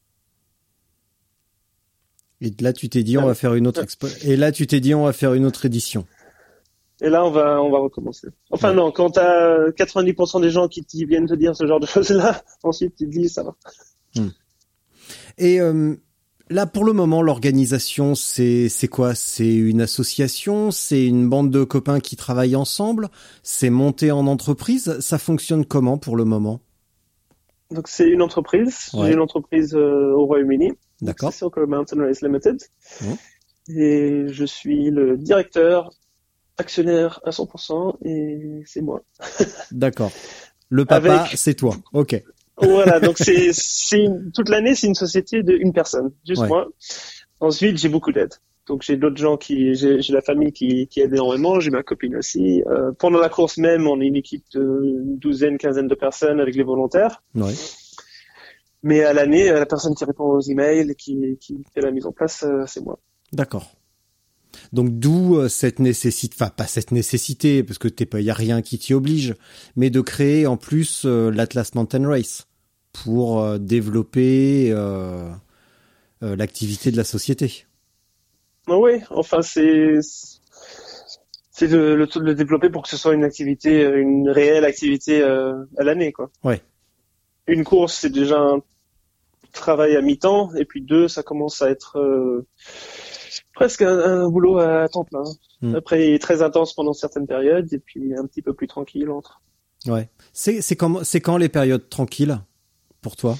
Et là tu t'es dit on va faire une autre expo- et là tu t'es dit on va faire une autre édition. Et là on va on va recommencer. Enfin ouais. Non, quand t'as quatre-vingt-dix pour cent des gens qui, qui viennent te dire ce genre de choses là, ensuite tu te dis ça va. Hmm. Et euh, là, pour le moment, l'organisation, c'est c'est quoi? C'est une association? C'est une bande de copains qui travaillent ensemble? C'est monté en entreprise? Ça fonctionne comment pour le moment? Donc, c'est une entreprise. Ouais. J'ai une entreprise euh, au Royaume-Uni. D'accord. C'est Silk Road Mountain Race Limited. Mmh. Et je suis le directeur, actionnaire à cent pour cent, et c'est moi. D'accord. Le papa, Avec... c'est toi. Ok. Voilà, donc c'est, c'est une, toute l'année, c'est une société de une personne, juste ouais. moi. Ensuite, j'ai beaucoup d'aide. Donc j'ai d'autres gens qui, j'ai, j'ai la famille qui, qui aide énormément, j'ai ma copine aussi. Euh, pendant la course même, on est une équipe de une douzaine, quinzaine de personnes avec les volontaires. Ouais. Mais à l'année, la personne qui répond aux emails et qui, qui fait la mise en place, c'est moi. D'accord. Donc d'où cette nécessité, enfin pas cette nécessité parce que t'es pas, y a rien qui t'y oblige, mais de créer en plus euh, l'Atlas Mountain Race pour euh, développer euh, euh, l'activité de la société. Oui, enfin c'est c'est de le, le développer pour que ce soit une activité, une réelle activité euh, à l'année quoi. Ouais. Une course c'est déjà un travail à mi-temps et puis deux ça commence à être euh, presque un, un boulot à temps plein. Mmh. Après, il est très intense pendant certaines périodes et puis un petit peu plus tranquille entre. Ouais. C'est, c'est quand, c'est quand les périodes tranquilles pour toi?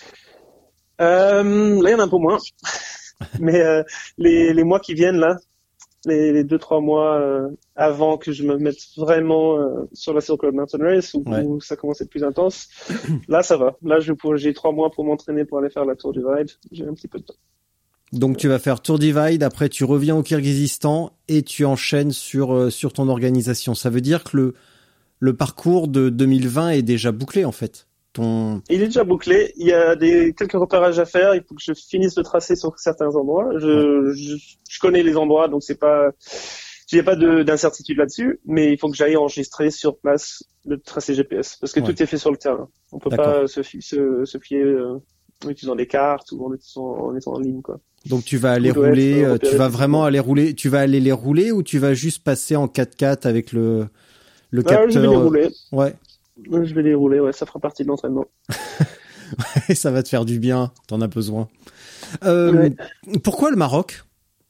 Euh, là, il y en a un peu moins. Mais euh, les, les mois qui viennent là, les, les deux trois mois euh, avant que je me mette vraiment euh, sur la Silk Road Mountain Race où, ouais. où ça commence à être plus intense, là ça va. Là, je pour, j'ai trois mois pour m'entraîner pour aller faire la Tour Divide. J'ai un petit peu de temps. Donc tu vas faire Tour Divide, après tu reviens au Kirghizistan et tu enchaînes sur euh, sur ton organisation. Ça veut dire que le le parcours de deux mille vingt est déjà bouclé en fait. Ton... Il est déjà bouclé. Il y a des quelques repérages à faire. Il faut que je finisse le tracé sur certains endroits. Je ouais. je, je connais les endroits, donc c'est pas j'ai pas de, d'incertitude là-dessus. Mais il faut que j'aille enregistrer sur place le tracé G P S parce que ouais. tout est fait sur le terrain. On peut D'accord. pas se se, se fier euh, en utilisant des cartes ou en étant en, étant en ligne quoi. Donc tu vas aller rouler, être, tu vas vraiment aller rouler, tu vas aller les rouler ou tu vas juste passer en quatre quatre avec le le capteur. Ah, je vais les rouler. Ouais. Je vais les rouler, ouais, ça fera partie de l'entraînement. Ouais, ça va te faire du bien, t'en as besoin. Euh, ouais. Pourquoi le Maroc?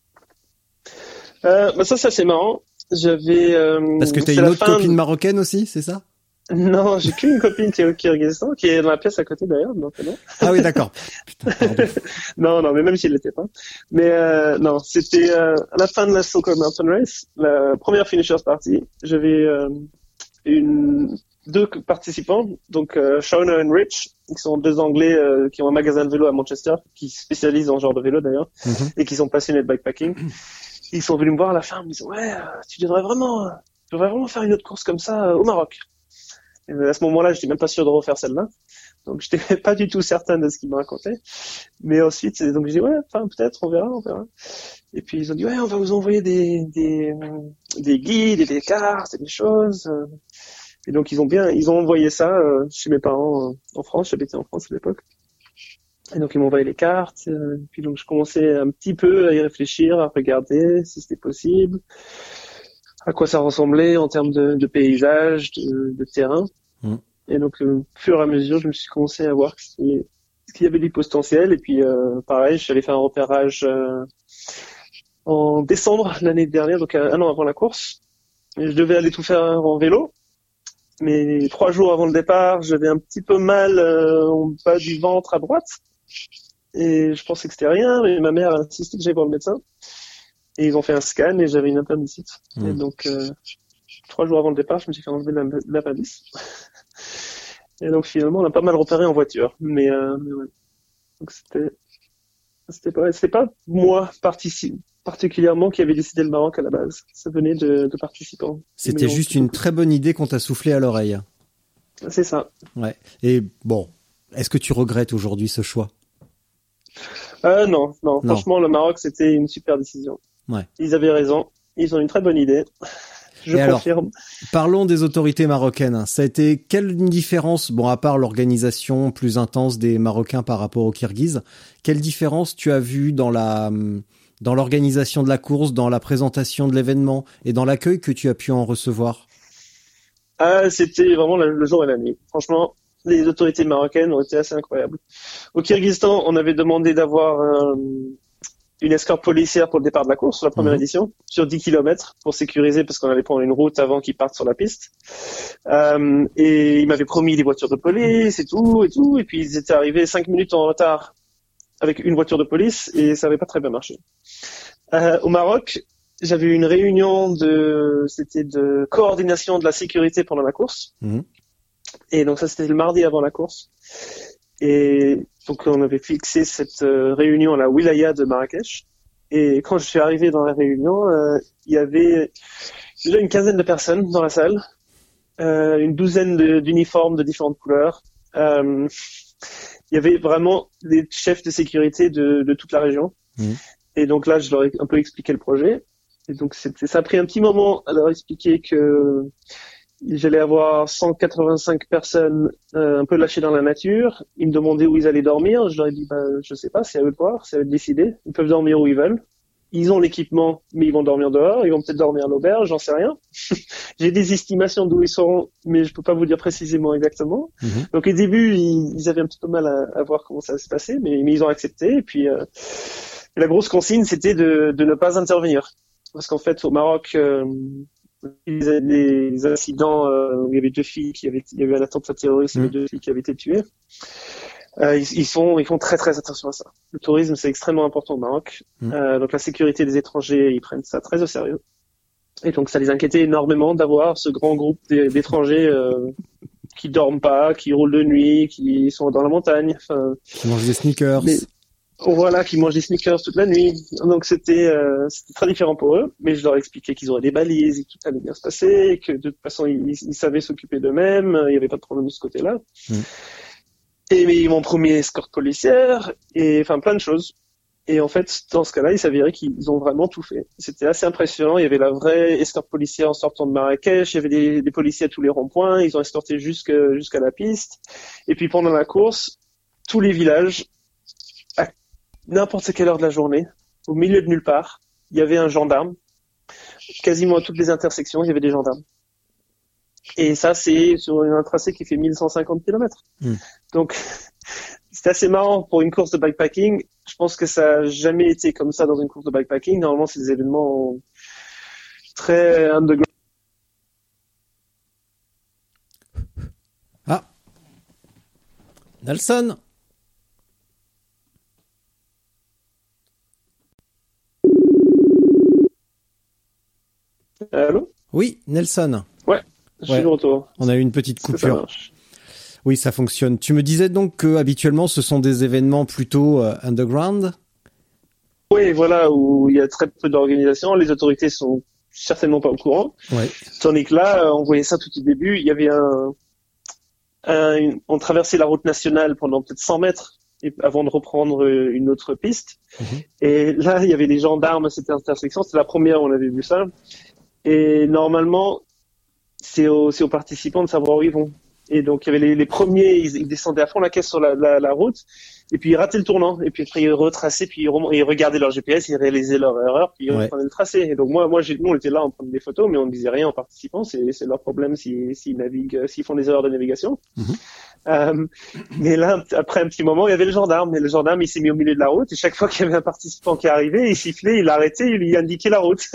euh, bah ça, ça c'est marrant. J'avais. Euh, Parce que t'as une autre copine de... marocaine aussi, c'est ça? Non, j'ai qu'une copine qui est au Kirghizistan, qui est dans la pièce à côté d'ailleurs. Donc, non. Ah oui, d'accord. Putain, pardon. non, non, mais même s'il l'était pas. Mais euh, non, c'était euh, à la fin de la Silk Road Mountain Race, la première finishers party. J'avais euh, une deux participants, donc euh, Shauna et Rich, qui sont deux Anglais euh, qui ont un magasin de vélo à Manchester, qui spécialisent dans ce genre de vélo d'ailleurs, mm-hmm. et qui sont passionnés de bikepacking. Ils sont venus me voir à la fin, ils me disent ouais, euh, tu devrais vraiment, euh, tu devrais vraiment faire une autre course comme ça euh, au Maroc. Et à ce moment-là, j'étais même pas sûr de refaire celle-là. Donc, j'étais pas du tout certain de ce qu'ils me racontaient. Mais ensuite, donc, j'ai dit, ouais, enfin, peut-être, on verra, on verra. Et puis, ils ont dit, ouais, on va vous envoyer des, des, des guides et des cartes et des choses. Et donc, ils ont bien, ils ont envoyé ça euh, chez mes parents euh, en France. J'habitais en France à l'époque. Et donc, ils m'ont envoyé les cartes. Euh, et puis, donc, je commençais un petit peu à y réfléchir, à regarder si c'était possible, à quoi ça ressemblait en termes de, de paysage, de, de terrain. Mmh. Et donc, euh, au fur et à mesure, je me suis commencé à voir ce qu'il y avait du potentiel. Et puis, euh, pareil, je suis allé faire un repérage euh, en décembre l'année dernière, donc un an avant la course. Et je devais aller tout faire en vélo. Mais trois jours avant le départ, j'avais un petit peu mal euh, en bas du ventre à droite. Et je pensais que c'était rien, mais ma mère a insisté que j'aille voir le médecin. Et ils ont fait un scan et j'avais une appendicite. Mmh. Et donc, euh, trois jours avant le départ, je me suis fait enlever l'appendice. Et donc, finalement, on a pas mal repéré en voiture. Mais, euh, mais ouais. Donc, c'était, c'était pas, c'était pas moi partici- particulièrement qui avait décidé le Maroc à la base. Ça venait de, de participants. C'était juste une très bonne idée qu'on t'a soufflé à l'oreille. C'est ça. Ouais. Et bon, Est-ce que tu regrettes aujourd'hui ce choix? Euh, non, non, non. Franchement, le Maroc, c'était une super décision. Ouais. Ils avaient raison. Ils ont une très bonne idée. Je Et confirme. Alors, parlons des autorités marocaines. Ça a été quelle différence, bon, à part l'organisation plus intense des Marocains par rapport aux Kirghizes, quelle différence tu as vu dans la, dans l'organisation de la course, dans la présentation de l'événement et dans l'accueil que tu as pu en recevoir? Ah, c'était vraiment le jour et la nuit. Franchement, les autorités marocaines ont été assez incroyables. Au Kyrgyzstan, on avait demandé d'avoir un, une escorte policière pour le départ de la course, sur la première mmh. édition, sur dix kilomètres, pour sécuriser, parce qu'on allait prendre une route avant qu'ils partent sur la piste. Euh, et ils m'avaient promis des voitures de police et tout, et tout, et puis ils étaient arrivés cinq minutes en retard avec une voiture de police, et ça n'avait pas très bien marché. Euh, au Maroc, j'avais eu une réunion de, c'était de coordination de la sécurité pendant la course. Mmh. Et donc ça, c'était le mardi avant la course. Et donc on avait fixé cette euh, réunion à la wilaya de Marrakech. Et quand je suis arrivé dans la réunion, euh, il y avait déjà une quinzaine de personnes dans la salle, euh, une douzaine de, d'uniformes de différentes couleurs. Euh, il y avait vraiment des chefs de sécurité de, de toute la région. Mmh. Et donc là, je leur ai un peu expliqué le projet. Et donc c'était, ça a pris un petit moment à leur expliquer que j'allais avoir cent quatre-vingt-cinq personnes euh, un peu lâchées dans la nature. Ils me demandaient où ils allaient dormir. Je leur ai dit, bah, je sais pas, c'est à eux de voir, c'est à eux de décider. Ils peuvent dormir où ils veulent. Ils ont l'équipement, mais ils vont dormir dehors. Ils vont peut-être dormir à l'auberge, j'en sais rien. J'ai des estimations d'où ils seront, mais je peux pas vous dire précisément exactement. Mmh. Donc au début, ils, ils avaient un petit peu mal à, à voir comment ça allait se passer, mais, mais ils ont accepté. Et puis euh, la grosse consigne, c'était de, de ne pas intervenir. Parce qu'en fait, au Maroc, euh, il y a des incidents euh, où il y avait deux filles qui avaient, il y avait un attentat terroriste, il y avait deux filles qui avaient été tuées. Euh, ils, ils font, ils font très très attention à ça. Le tourisme, c'est extrêmement important au Maroc. Mmh. Euh, donc la sécurité des étrangers, ils prennent ça très au sérieux. Et donc ça les inquiétait énormément d'avoir ce grand groupe d'étrangers euh, qui dorment pas, qui roulent de nuit, qui sont dans la montagne. Enfin, qui mangent des sneakers. Mais, Voilà, qui mangent des sneakers toute la nuit. Donc c'était, euh, c'était très différent pour eux. Mais je leur expliquais qu'ils auraient des balises et que tout allait bien se passer, et que de toute façon ils, ils savaient s'occuper d'eux-mêmes. Il n'y avait pas de problème de ce côté-là. Mmh. Et mais ils m'ont promis escorte policière et enfin plein de choses. Et en fait, dans ce cas-là, il s'avérait qu'ils ont vraiment tout fait. C'était assez impressionnant. Il y avait la vraie escorte policière en sortant de Marrakech. Il y avait des, des policiers à tous les ronds-points. Ils ont escorté jusqu'à, jusqu'à la piste. Et puis pendant la course, tous les villages, à n'importe quelle heure de la journée, au milieu de nulle part, il y avait un gendarme. Quasiment à toutes les intersections, il y avait des gendarmes. Et ça, c'est sur un tracé qui fait mille cent cinquante kilomètres. Mmh. Donc, c'est assez marrant pour une course de bikepacking. Je pense que ça n'a jamais été comme ça dans une course de bikepacking. Normalement, c'est des événements très underground. Ah. Nelson. Allô? Oui, Nelson. Ouais, je ouais. suis de retour. On a eu une petite coupure. Oui, ça fonctionne. Tu me disais donc que habituellement, ce sont des événements plutôt euh, underground. Oui, voilà, où il y a très peu d'organisation. Les autorités sont certainement pas au courant. Ouais. Tandis que là, on voyait ça tout au début. Il y avait un, un une, on traversait la route nationale pendant peut-être cent mètres avant de reprendre une autre piste. Mmh. Et là, il y avait des gendarmes à cette intersection. C'était la première où on avait vu ça. Et normalement, c'est aux, c'est aux participants de savoir où ils vont. Et donc, il y avait les, les premiers, ils, ils descendaient à fond la caisse sur la, la, la route, et puis ils rataient le tournant, et puis après ils retraçaient, puis ils, rem- ils regardaient leur G P S, ils réalisaient leur erreur, puis ils ouais. reprenaient le tracé. Et donc moi, moi, j'ai, nous, on était là, on prenait des photos, mais on ne disait rien aux participants, c'est, c'est leur problème s'ils, s'ils naviguent, s'ils font des erreurs de navigation. Mm-hmm. Euh, mais là, après un petit moment, il y avait le gendarme, et le gendarme, il s'est mis au milieu de la route, et chaque fois qu'il y avait un participant qui arrivait, il sifflait, il arrêtait, il lui indiquait la route.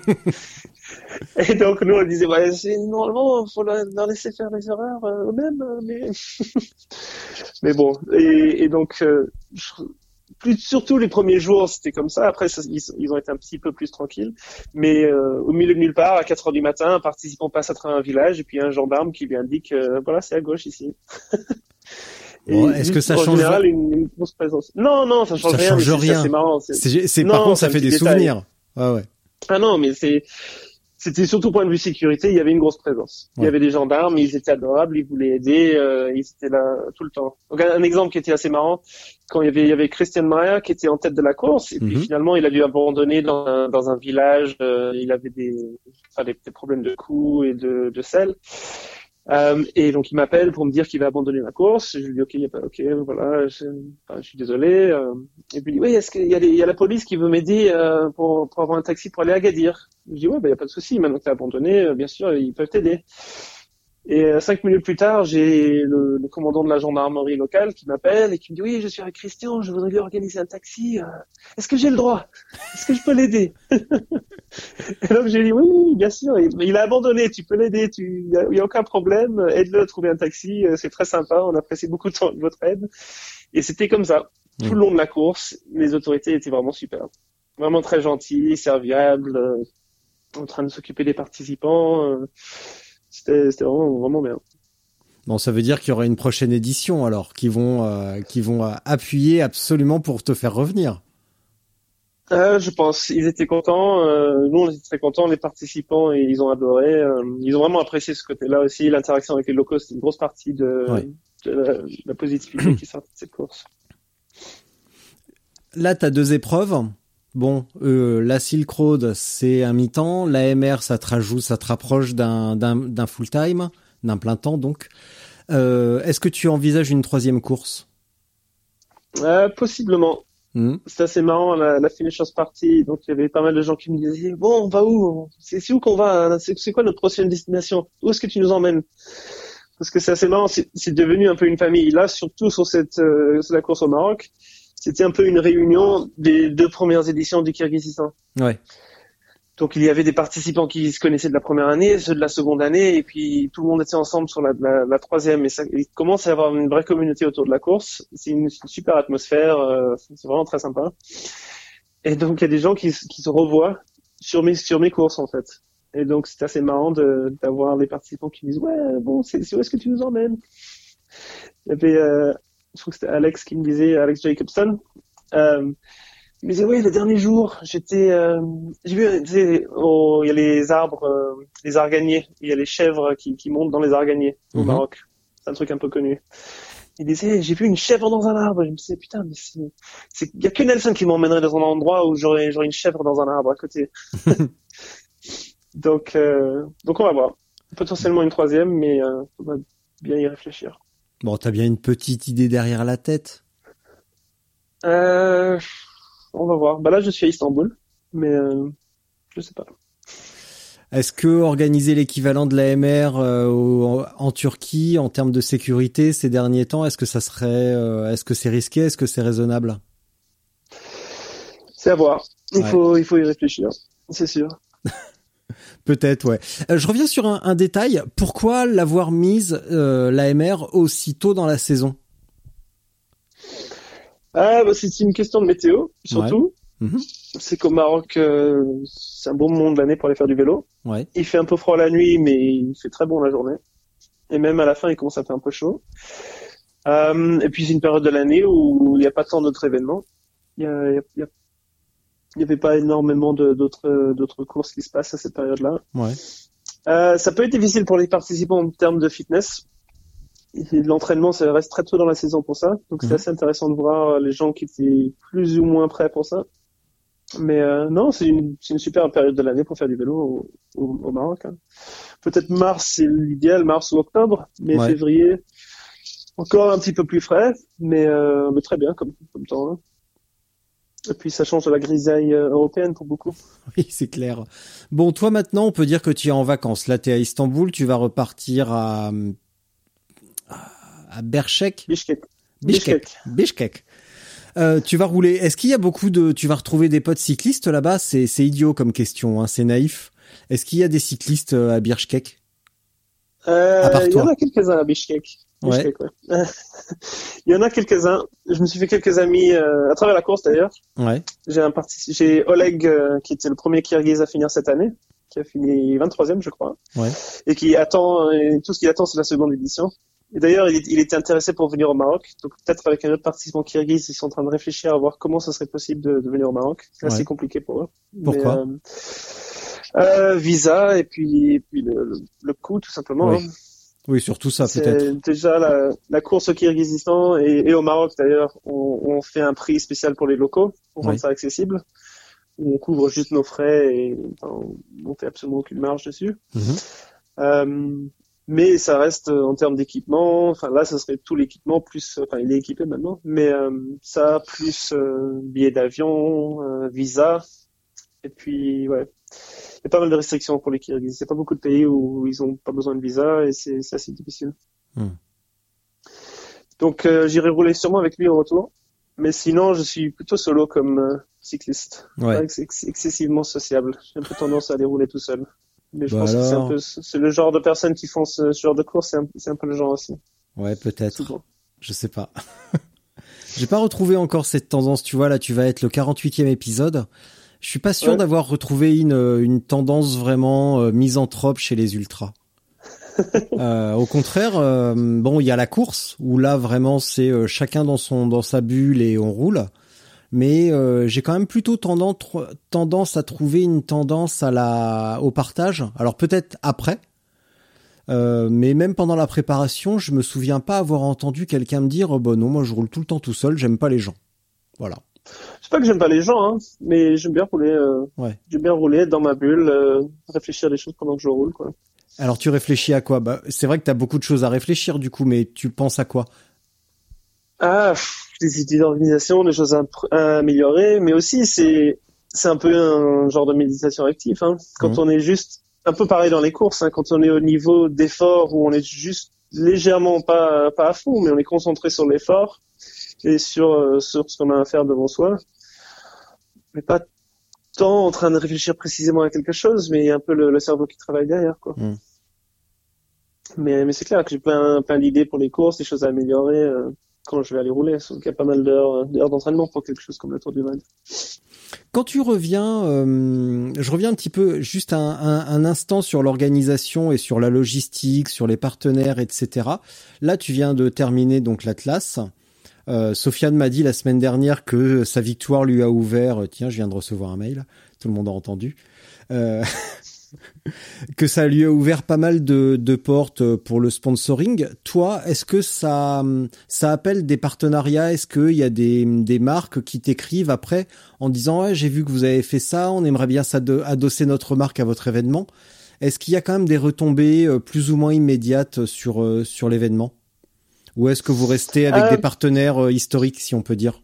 Et donc nous on disait ouais, c'est, normalement faut leur laisser faire les erreurs euh, eux-mêmes, mais mais bon et, et donc euh, plus surtout les premiers jours c'était comme ça. Après ça, ils, ils ont été un petit peu plus tranquilles, mais euh, au milieu de nulle part à quatre heures du matin, un participant passe à travers un village et puis un gendarme qui lui indique euh, voilà c'est à gauche ici. Bon, est-ce que ça en change général, une, une grosse présence. Non non ça change ça rien. Change mais rien. C'est, c'est marrant. C'est, c'est, c'est non, par contre ça fait des détail. souvenirs. Ouais ouais. Ah non mais c'est c'était surtout point de vue sécurité, il y avait une grosse présence. Ouais. Il y avait des gendarmes, ils étaient adorables, ils voulaient aider, euh, ils étaient là tout le temps. Donc un, un exemple qui était assez marrant, quand il y avait, il y avait Christian Maria qui était en tête de la course, et puis mm-hmm. finalement il a dû abandonner dans un, dans un village, euh, il avait des, enfin, des, des problèmes de coups et de, de sel. Euh, et donc il m'appelle pour me dire qu'il va abandonner la course. Je lui dis ok, il y a pas, ok, voilà, je, enfin, je suis désolé. Euh, et puis il dit oui, est-ce qu'il y a, des, il y a la police qui veut m'aider euh, pour, pour avoir un taxi pour aller à Agadir. Je dis ouais, bah il y a pas de souci. Maintenant que t'as abandonné, euh, bien sûr, ils peuvent t'aider. Et euh, cinq minutes plus tard, j'ai le, le commandant de la gendarmerie locale qui m'appelle et qui me dit oui, je suis avec Christian, je voudrais lui organiser un taxi. Euh, est-ce que j'ai le droit? Est-ce que je peux l'aider? Et donc j'ai dit oui, bien sûr. Il, il a abandonné, tu peux l'aider, tu, il y a, y a aucun problème. Aide-le à trouver un taxi, c'est très sympa. On apprécie beaucoup ton, votre aide. Et c'était comme ça tout le long de la course. Les autorités étaient vraiment super, vraiment très gentils, serviables, euh, en train de s'occuper des participants. Euh, C'était, c'était vraiment, vraiment bien. Bon, ça veut dire qu'il y aura une prochaine édition alors, qui vont, euh, qui vont euh, appuyer absolument pour te faire revenir. Euh, je pense, ils étaient contents. Euh, nous, on était très contents. Les participants, ils ont adoré. Euh, ils ont vraiment apprécié ce côté-là aussi. L'interaction avec les locaux, c'est une grosse partie de, ouais. de, la, de la positivité qui sort de cette course. Là, t'as deux épreuves. Bon, euh, la Silk Road, c'est un mi-temps. L'A M R, ça te rajoute, ça te rapproche d'un, d'un, d'un full-time, d'un plein temps, donc. Euh, est-ce que tu envisages une troisième course? euh, Possiblement. Mmh. C'est assez marrant, la, la Finishers Party. Donc, il y avait pas mal de gens qui me disaient, bon, on va où? C'est, c'est où qu'on va? C'est, c'est quoi notre prochaine destination? Où est-ce que tu nous emmènes? Parce que c'est assez marrant, c'est, c'est devenu un peu une famille. Là, surtout sur cette, euh, sur la course au Maroc. C'était un peu une réunion des deux premières éditions du Kirghizistan. Ouais. Donc il y avait des participants qui se connaissaient de la première année, ceux de la seconde année, et puis tout le monde était ensemble sur la, la, la troisième. Et ça, il commence à y avoir une vraie communauté autour de la course. C'est une, une super atmosphère, euh, c'est vraiment très sympa. Et donc il y a des gens qui, qui se revoient sur mes sur mes courses en fait. Et donc c'est assez marrant de, d'avoir les participants qui disent ouais bon c'est, c'est où est-ce que tu nous emmènes? Il y avait euh, je trouve que c'était Alex qui me disait, Alex Jacobson, euh, il me disait, oui, le dernier jour, j'étais, euh, j'ai vu, tu sais, oh, il y a les arbres, euh, les arganiers, il y a les chèvres qui, qui montent dans les arganiers au mm-hmm. Maroc. C'est un truc un peu connu. Il disait, j'ai vu une chèvre dans un arbre. Je me disais, putain, mais c'est, c'est, il y a que Nelson qui m'emmènerait dans un endroit où j'aurais, j'aurais une chèvre dans un arbre à côté. donc, euh, donc on va voir. Potentiellement une troisième, mais, euh, on va bien y réfléchir. Bon, t'as bien une petite idée derrière la tête. Euh, on va voir. Bah là, je suis à Istanbul, mais euh, je sais pas. Est-ce que organiser l'équivalent de l'A M R euh, en Turquie, en termes de sécurité, ces derniers temps, est-ce que ça serait, euh, est-ce que c'est risqué, est-ce que c'est raisonnable? C'est à voir. Il ouais. faut, il faut y réfléchir, c'est sûr. Peut-être, ouais. Euh, je reviens sur un, un détail. Pourquoi l'avoir mise, euh, l'A M R, aussitôt dans la saison? Ah, bah, c'est une question de météo, surtout. Ouais. Mm-hmm. C'est qu'au Maroc, euh, c'est un bon moment de l'année pour aller faire du vélo. Ouais. Il fait un peu froid la nuit, mais il fait très bon la journée. Et même à la fin, il commence à faire un peu chaud. Euh, et puis, c'est une période de l'année où il n'y a pas tant d'autres événements. Il y a, il y a, il y a Il n'y avait pas énormément de, d'autres, d'autres courses qui se passent à cette période-là. Ouais. Euh, ça peut être difficile pour les participants en termes de fitness. Et de l'entraînement, ça reste très tôt dans la saison pour ça. Donc, mmh. c'est assez intéressant de voir les gens qui étaient plus ou moins prêts pour ça. Mais euh, non, c'est une, c'est une super période de l'année pour faire du vélo au, au, au Maroc. Hein. Peut-être mars, c'est l'idéal, mars ou octobre. Mais ouais. février, encore un petit peu plus frais. Mais, euh, mais très bien comme, comme temps. Hein. Et puis ça change de la grisaille européenne pour beaucoup. Oui, c'est clair. Bon, toi maintenant, on peut dire que tu es en vacances. Là, tu es à Istanbul, tu vas repartir à à Berchek. Bishkek. Bishkek. Bishkek. Euh, tu vas rouler. Est-ce qu'il y a beaucoup de, tu vas retrouver des potes cyclistes là-bas? C'est c'est idiot comme question, hein, c'est naïf. Est-ce qu'il y a des cyclistes à Bishkek? Euh, à part toi. Il y en a quelques-uns à Bishkek. Ouais. Ouais. Il y en a quelques-uns. Je me suis fait quelques amis euh, à travers la course d'ailleurs. Ouais. J'ai un parti... j'ai Oleg euh, qui était le premier Kirghiz à finir cette année, qui a fini vingt-troisième je crois. Ouais. Et qui attend et tout ce qu'il attend c'est la seconde édition. Et d'ailleurs il, il était intéressé pour venir au Maroc. Donc peut-être avec un autre participant Kirghiz, ils sont en train de réfléchir à voir comment ça serait possible de, de venir au Maroc. C'est ouais. assez compliqué pour eux. Pourquoi? Mais, euh... Euh, visa et puis, et puis le, le, le coût tout simplement. Oui, hein. oui, surtout ça C'est peut-être. déjà la, la course au Kirghizistan et, et au Maroc d'ailleurs, on, on fait un prix spécial pour les locaux pour rendre Oui. ça accessible. On couvre juste nos frais et enfin, on fait absolument aucune marge dessus. Mm-hmm. Euh, mais ça reste en termes d'équipement. Enfin là, ça serait tout l'équipement plus. Enfin, il est équipé maintenant, mais euh, ça plus euh, billets d'avion, euh, visa et puis ouais. Il y a pas mal de restrictions pour les Kirghizes. Il n'y a pas beaucoup de pays où ils ont pas besoin de visa et c'est, c'est assez difficile. Mm. Donc euh, j'irai rouler sûrement avec lui au retour. Mais sinon, je suis plutôt solo comme euh, cycliste. Ouais. C'est ex- excessivement sociable. J'ai un peu tendance à aller rouler tout seul. Mais je Bah pense que c'est un alors... peu, c'est le genre de personnes qui font ce, ce genre de course, c'est un, c'est un peu le genre aussi. Ouais, peut-être. Souvent. Je sais pas. J'ai pas retrouvé encore cette tendance, tu vois, là tu vas être le quarante-huitième épisode. Je suis pas sûr Ouais. d'avoir retrouvé une, une tendance vraiment euh, misanthrope chez les ultras. euh, au contraire, euh, bon, il y a la course où là vraiment c'est euh, chacun dans son dans sa bulle et on roule. Mais euh, j'ai quand même plutôt tendance tendance à trouver une tendance à la au partage. Alors peut-être après, euh, mais même pendant la préparation, je me souviens pas avoir entendu quelqu'un me dire oh, bah non, moi je roule tout le temps tout seul, j'aime pas les gens. Voilà. C'est pas que j'aime pas les gens, hein, mais j'aime bien rouler. Euh, Ouais. J'aime bien rouler être dans ma bulle, euh, réfléchir à des choses pendant que je roule, quoi. Alors tu réfléchis à quoi? Bah c'est vrai que t'as beaucoup de choses à réfléchir du coup, mais tu penses à quoi? Ah, pff, des idées d'organisation, des choses à, pr- à améliorer, mais aussi c'est c'est un peu un genre de méditation active. Hein. Quand Mmh. on est juste un peu pareil dans les courses, hein, quand on est au niveau d'effort où on est juste légèrement pas pas à fond, mais on est concentré sur l'effort et sur euh, sur ce qu'on a à faire devant soi, mais pas tant en train de réfléchir précisément à quelque chose, mais il y a un peu le, le cerveau qui travaille derrière, quoi. Mmh. Mais mais c'est clair que j'ai plein plein d'idées pour les courses, des choses à améliorer. Euh, quand je vais aller rouler, sauf qu'il y a pas mal d'heures, d'heures d'entraînement pour quelque chose comme la Tour du Val. Quand tu reviens, euh, je reviens un petit peu juste un, un, un instant sur l'organisation et sur la logistique, sur les partenaires, et cetera. Là, tu viens de terminer donc l'Atlas. Euh, Sofiane m'a dit la semaine dernière que sa victoire lui a ouvert. Tiens, je viens de recevoir un mail. Tout le monde a entendu. Euh, que ça lui a ouvert pas mal de, de portes pour le sponsoring. Toi, est-ce que ça, ça appelle des partenariats? Est-ce qu'il y a des, des marques qui t'écrivent après en disant ouais, j'ai vu que vous avez fait ça, on aimerait bien s'ado- adosser notre marque à votre événement? Est-ce qu'il y a quand même des retombées plus ou moins immédiates sur, sur l'événement? Ou est-ce que vous restez avec Euh, des partenaires historiques, si on peut dire?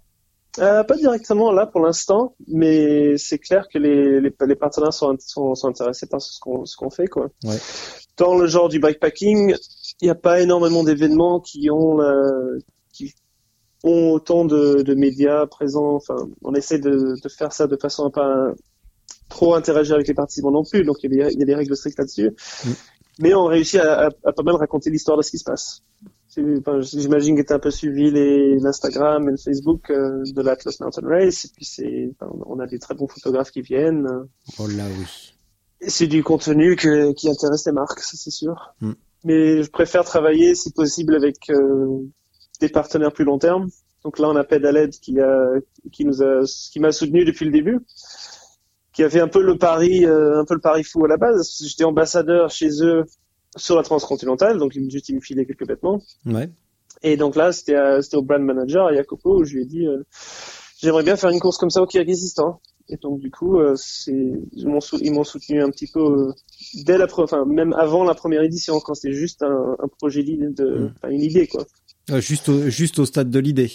euh, pas directement là pour l'instant, mais c'est clair que les, les, les partenaires sont, sont, sont intéressés par ce qu'on, ce qu'on fait, quoi. Ouais. Dans le genre du bikepacking, il n'y a pas énormément d'événements qui ont euh, qui ont autant de, de médias présents. Enfin, on essaie de, de faire ça de façon à pas trop interagir avec les participants non plus. Donc il y a des, il y a des règles strictes là-dessus. Mm. Mais on réussit à, à, à pas mal raconter l'histoire de ce qui se passe. Enfin, j'imagine que tu as un peu suivi les, l'Instagram et le Facebook euh, de l'Atlas Mountain Race. Et puis c'est, enfin, on a des très bons photographes qui viennent. Oh là oui. Et c'est du contenu que, qui intéresse les marques, ça c'est sûr. Mm. Mais je préfère travailler, si possible, avec euh, des partenaires plus long terme. Donc là, on a Pedaled qui a, qui nous a, qui m'a soutenu depuis le début, qui a fait un peu le pari, euh, un peu le pari fou à la base. J'étais ambassadeur chez eux sur la transcontinentale, donc ils juste ils me filaient quelques vêtements. Ouais. Et donc là, c'était, à, c'était au brand manager, à Jacopo, où je lui ai dit, euh, j'aimerais bien faire une course comme ça au Kirghizistan. Et donc du coup, euh, c'est, ils m'ont, sou- ils m'ont soutenu un petit peu euh, dès la, pre- enfin même avant la première édition, quand c'était juste un, un projet d'idée, de, enfin une idée quoi. Euh, juste au, juste au stade de l'idée.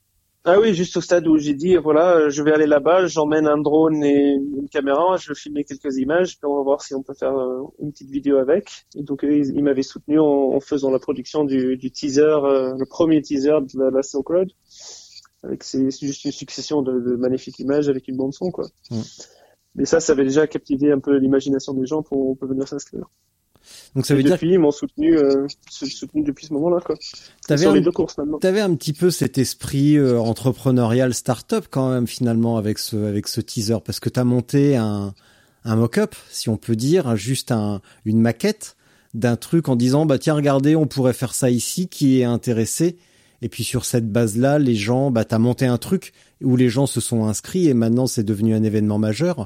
Ah oui, juste au stade où j'ai dit voilà, je vais aller là-bas, j'emmène un drone et une caméra, je vais filmer quelques images, puis on va voir si on peut faire euh, une petite vidéo avec. Et donc ils, ils m'avaient soutenu en, en faisant la production du, du teaser, euh, le premier teaser de la, la Silk Road. Avec c'est, c'est juste une succession de, de magnifiques images avec une bande son quoi. Mm. Mais ça, ça avait déjà captivé un peu l'imagination des gens pour, pour venir s'inscrire. Donc ça veut et dire depuis, ils m'ont soutenu, euh, soutenu depuis ce moment-là quoi. T'avais sur un, les deux courses maintenant. T'avais un petit peu cet esprit euh, entrepreneurial start-up quand même finalement avec ce avec ce teaser parce que t'as monté un un mock-up si on peut dire, juste un une maquette d'un truc en disant bah tiens regardez on pourrait faire ça ici, qui est intéressé. Et puis sur cette base-là, les gens, bah t'as monté un truc où les gens se sont inscrits et maintenant c'est devenu un événement majeur.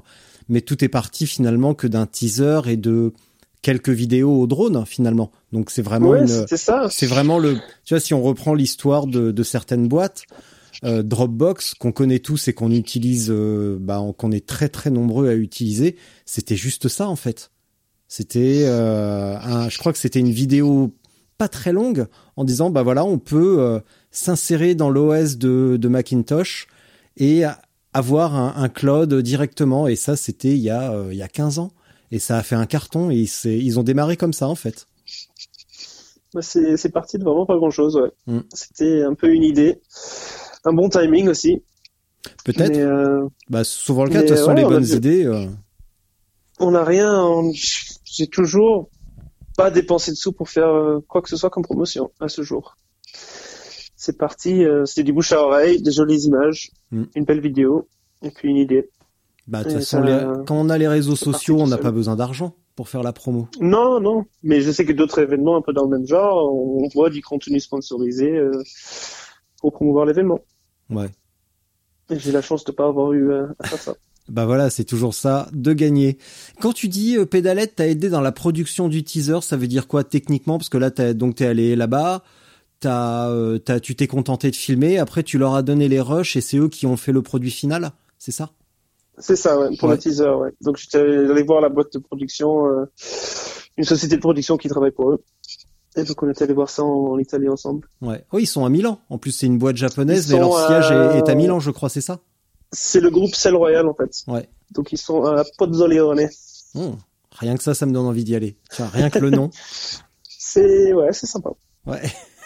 mais tout est parti finalement que d'un teaser et de quelques vidéos au drone finalement. Donc c'est vraiment ouais, une, c'était ça. c'est vraiment le, tu vois, si on reprend l'histoire de, de certaines boîtes, euh, Dropbox qu'on connaît tous et qu'on utilise, euh, bah, qu'on est très très nombreux à utiliser, c'était juste ça en fait. C'était, euh, un, je crois que c'était une vidéo pas très longue en disant bah voilà, on peut euh, s'insérer dans l'O S de, de Macintosh et avoir un, un cloud directement. Et ça, c'était il y a euh, il y a quinze ans. Et ça a fait un carton et c'est, ils ont démarré comme ça, en fait. C'est, c'est parti de vraiment pas grand-chose, ouais. Mm. C'était un peu une idée. Un bon timing aussi. Peut-être. Mais euh... Bah, souvent le cas, de toute façon, ouais, les bonnes vu... idées... Euh... On n'a rien... On... J'ai toujours pas dépensé de sous pour faire euh, quoi que ce soit comme promotion à ce jour. C'est parti, euh, c'était du bouche à oreille, des jolies images, mm. une belle vidéo, et puis une idée. Bah, de toute façon, ça... les... quand on a les réseaux sociaux, on n'a pas besoin d'argent pour faire la promo. Non, non. Mais je sais que d'autres événements un peu dans le même genre, on voit du contenu sponsorisé euh, pour promouvoir l'événement. Ouais. Et j'ai la chance de pas avoir eu euh, à faire ça. Bah voilà, c'est toujours ça, de gagner. Quand tu dis euh, Pédalette, t'as aidé dans la production du teaser, ça veut dire quoi techniquement? Parce que là, t'as, donc t'es allé là-bas, t'as, euh, t'as, tu t'es contenté de filmer, après tu leur as donné les rushs et c'est eux qui ont fait le produit final, c'est ça? C'est ça, ouais, pour ouais. le teaser, ouais. Donc j'étais allé voir la boîte de production, euh, une société de production qui travaille pour eux. Et donc on est allé voir ça en, en Italie ensemble. Ouais. Oh, ils sont à Milan. En plus, c'est une boîte japonaise, ils mais leur siège à... est, est à Milan, je crois, c'est ça? C'est le groupe Cell Royal, en fait. Ouais. Donc ils sont à Pozzoleone. Mmh. Rien que ça, ça me donne envie d'y aller. Tiens, rien que le nom. C'est, ouais, c'est sympa. Ouais.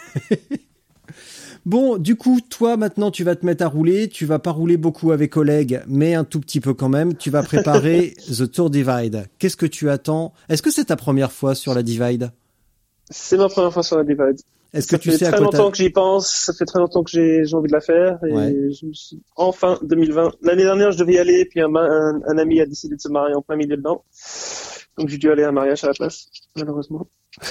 Bon, du coup, toi, maintenant, tu vas te mettre à rouler. Tu vas pas rouler beaucoup avec Oleg, mais un tout petit peu quand même. Tu vas préparer The Tour Divide. Qu'est-ce que tu attends? Est-ce que c'est ta première fois sur la Divide? C'est ma première fois sur la Divide. Est-ce que ça tu fait sais très à quoi longtemps que j'y pense. Ça fait très longtemps que j'ai, j'ai envie de la faire. Et ouais. je me suis... Enfin, deux mille vingt. L'année dernière, je devais y aller, puis un, un, un ami a décidé de se marier en plein milieu dedans. Donc j'ai dû aller à un mariage à la place, malheureusement.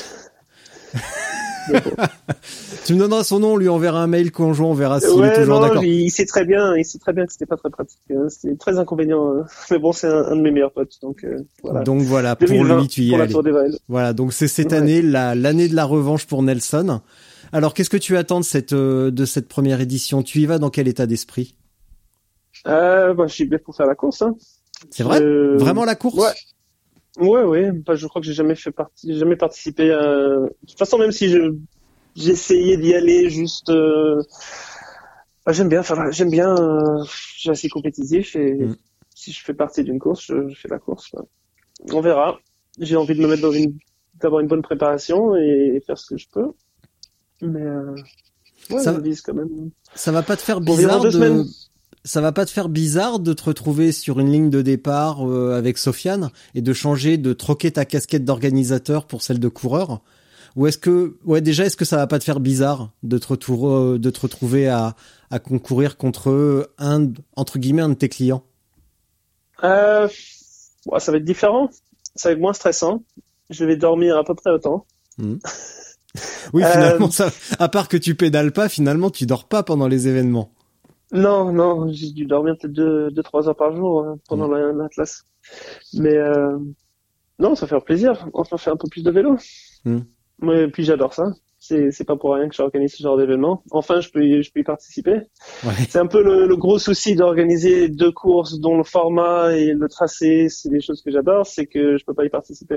Bon. Tu me donneras son nom, on lui enverra un mail conjoint, on verra s'il ouais, est toujours non, d'accord. Il sait très bien, il sait très bien que c'était pas très pratique. Hein. C'était très inconvénient. Mais bon, c'est un, un de mes meilleurs potes, donc euh, voilà. Donc voilà, pour lui, tu y es allé. Voilà, donc c'est cette ouais. année, la, l'année de la revanche pour Nelson. Alors, qu'est-ce que tu attends de cette euh, de cette première édition? Tu y vas dans quel état d'esprit? Euh, bah, je suis bien pour faire la course. Hein. C'est vrai? Euh... Vraiment la course? Ouais. Ouais, ouais. Bah, je crois que j'ai jamais fait partie, j'ai jamais participé à. De toute façon, même si je j'essayais d'y aller, juste. Euh... Bah, j'aime bien faire. J'aime bien. Euh... Je suis assez compétitif et mm. si je fais partie d'une course, je, je fais la course. Bah. On verra. J'ai envie de me mettre dans une, d'avoir une bonne préparation et faire ce que je peux. Mais euh... ouais, ça, je vise quand même. Ça va pas te faire bizarre de. Ça va pas te faire bizarre de te retrouver sur une ligne de départ euh, avec Sofiane et de changer, de troquer ta casquette d'organisateur pour celle de coureur? Ou est-ce que, ouais, déjà, est-ce que ça va pas te faire bizarre de te, retour, de te retrouver à, à concourir contre un, entre guillemets, un de tes clients? Euh, ouais, ça va être différent. Ça va être moins stressant. Je vais dormir à peu près autant. Mmh. Oui, finalement, euh... ça, à part que tu pédales pas, finalement, tu dors pas pendant les événements. Non, non, j'ai dû dormir peut-être deux, deux, trois heures par jour hein, pendant mmh. l'Atlas. Mais euh, non, ça fait plaisir. Enfin, faire un peu plus de vélo. Mmh. Mais puis j'adore ça. C'est, c'est pas pour rien que j'organise ce genre d'événement. Enfin, je peux, y, je peux y participer. Ouais. C'est un peu le, le gros souci d'organiser deux courses dont le format et le tracé, c'est des choses que j'adore, c'est que je peux pas y participer.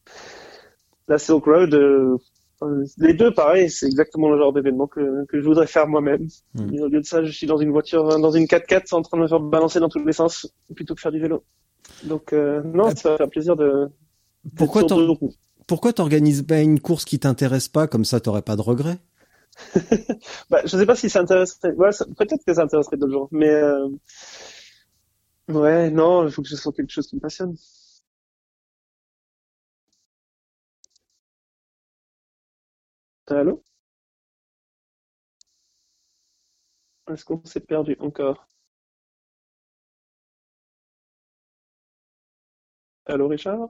La Silk Road, euh, les deux, pareil, c'est exactement le genre d'événement que, que je voudrais faire moi-même. Mmh. Et au lieu de ça, je suis dans une voiture, dans une quatre-quatre, en train de me faire balancer dans tous les sens, plutôt que faire du vélo. Donc, euh, non, ça va faire plaisir de. Pourquoi t'or... Pourquoi t'organises pas une course qui t'intéresse pas, comme ça t'aurais pas de regrets? Bah, je sais pas si ça intéresserait. Ouais, ça... peut-être que ça intéresserait d'autres gens, mais euh... ouais, non, il faut que ce soit quelque chose qui me passionne. Allô? Est-ce qu'on s'est perdu encore? Allô, Richard?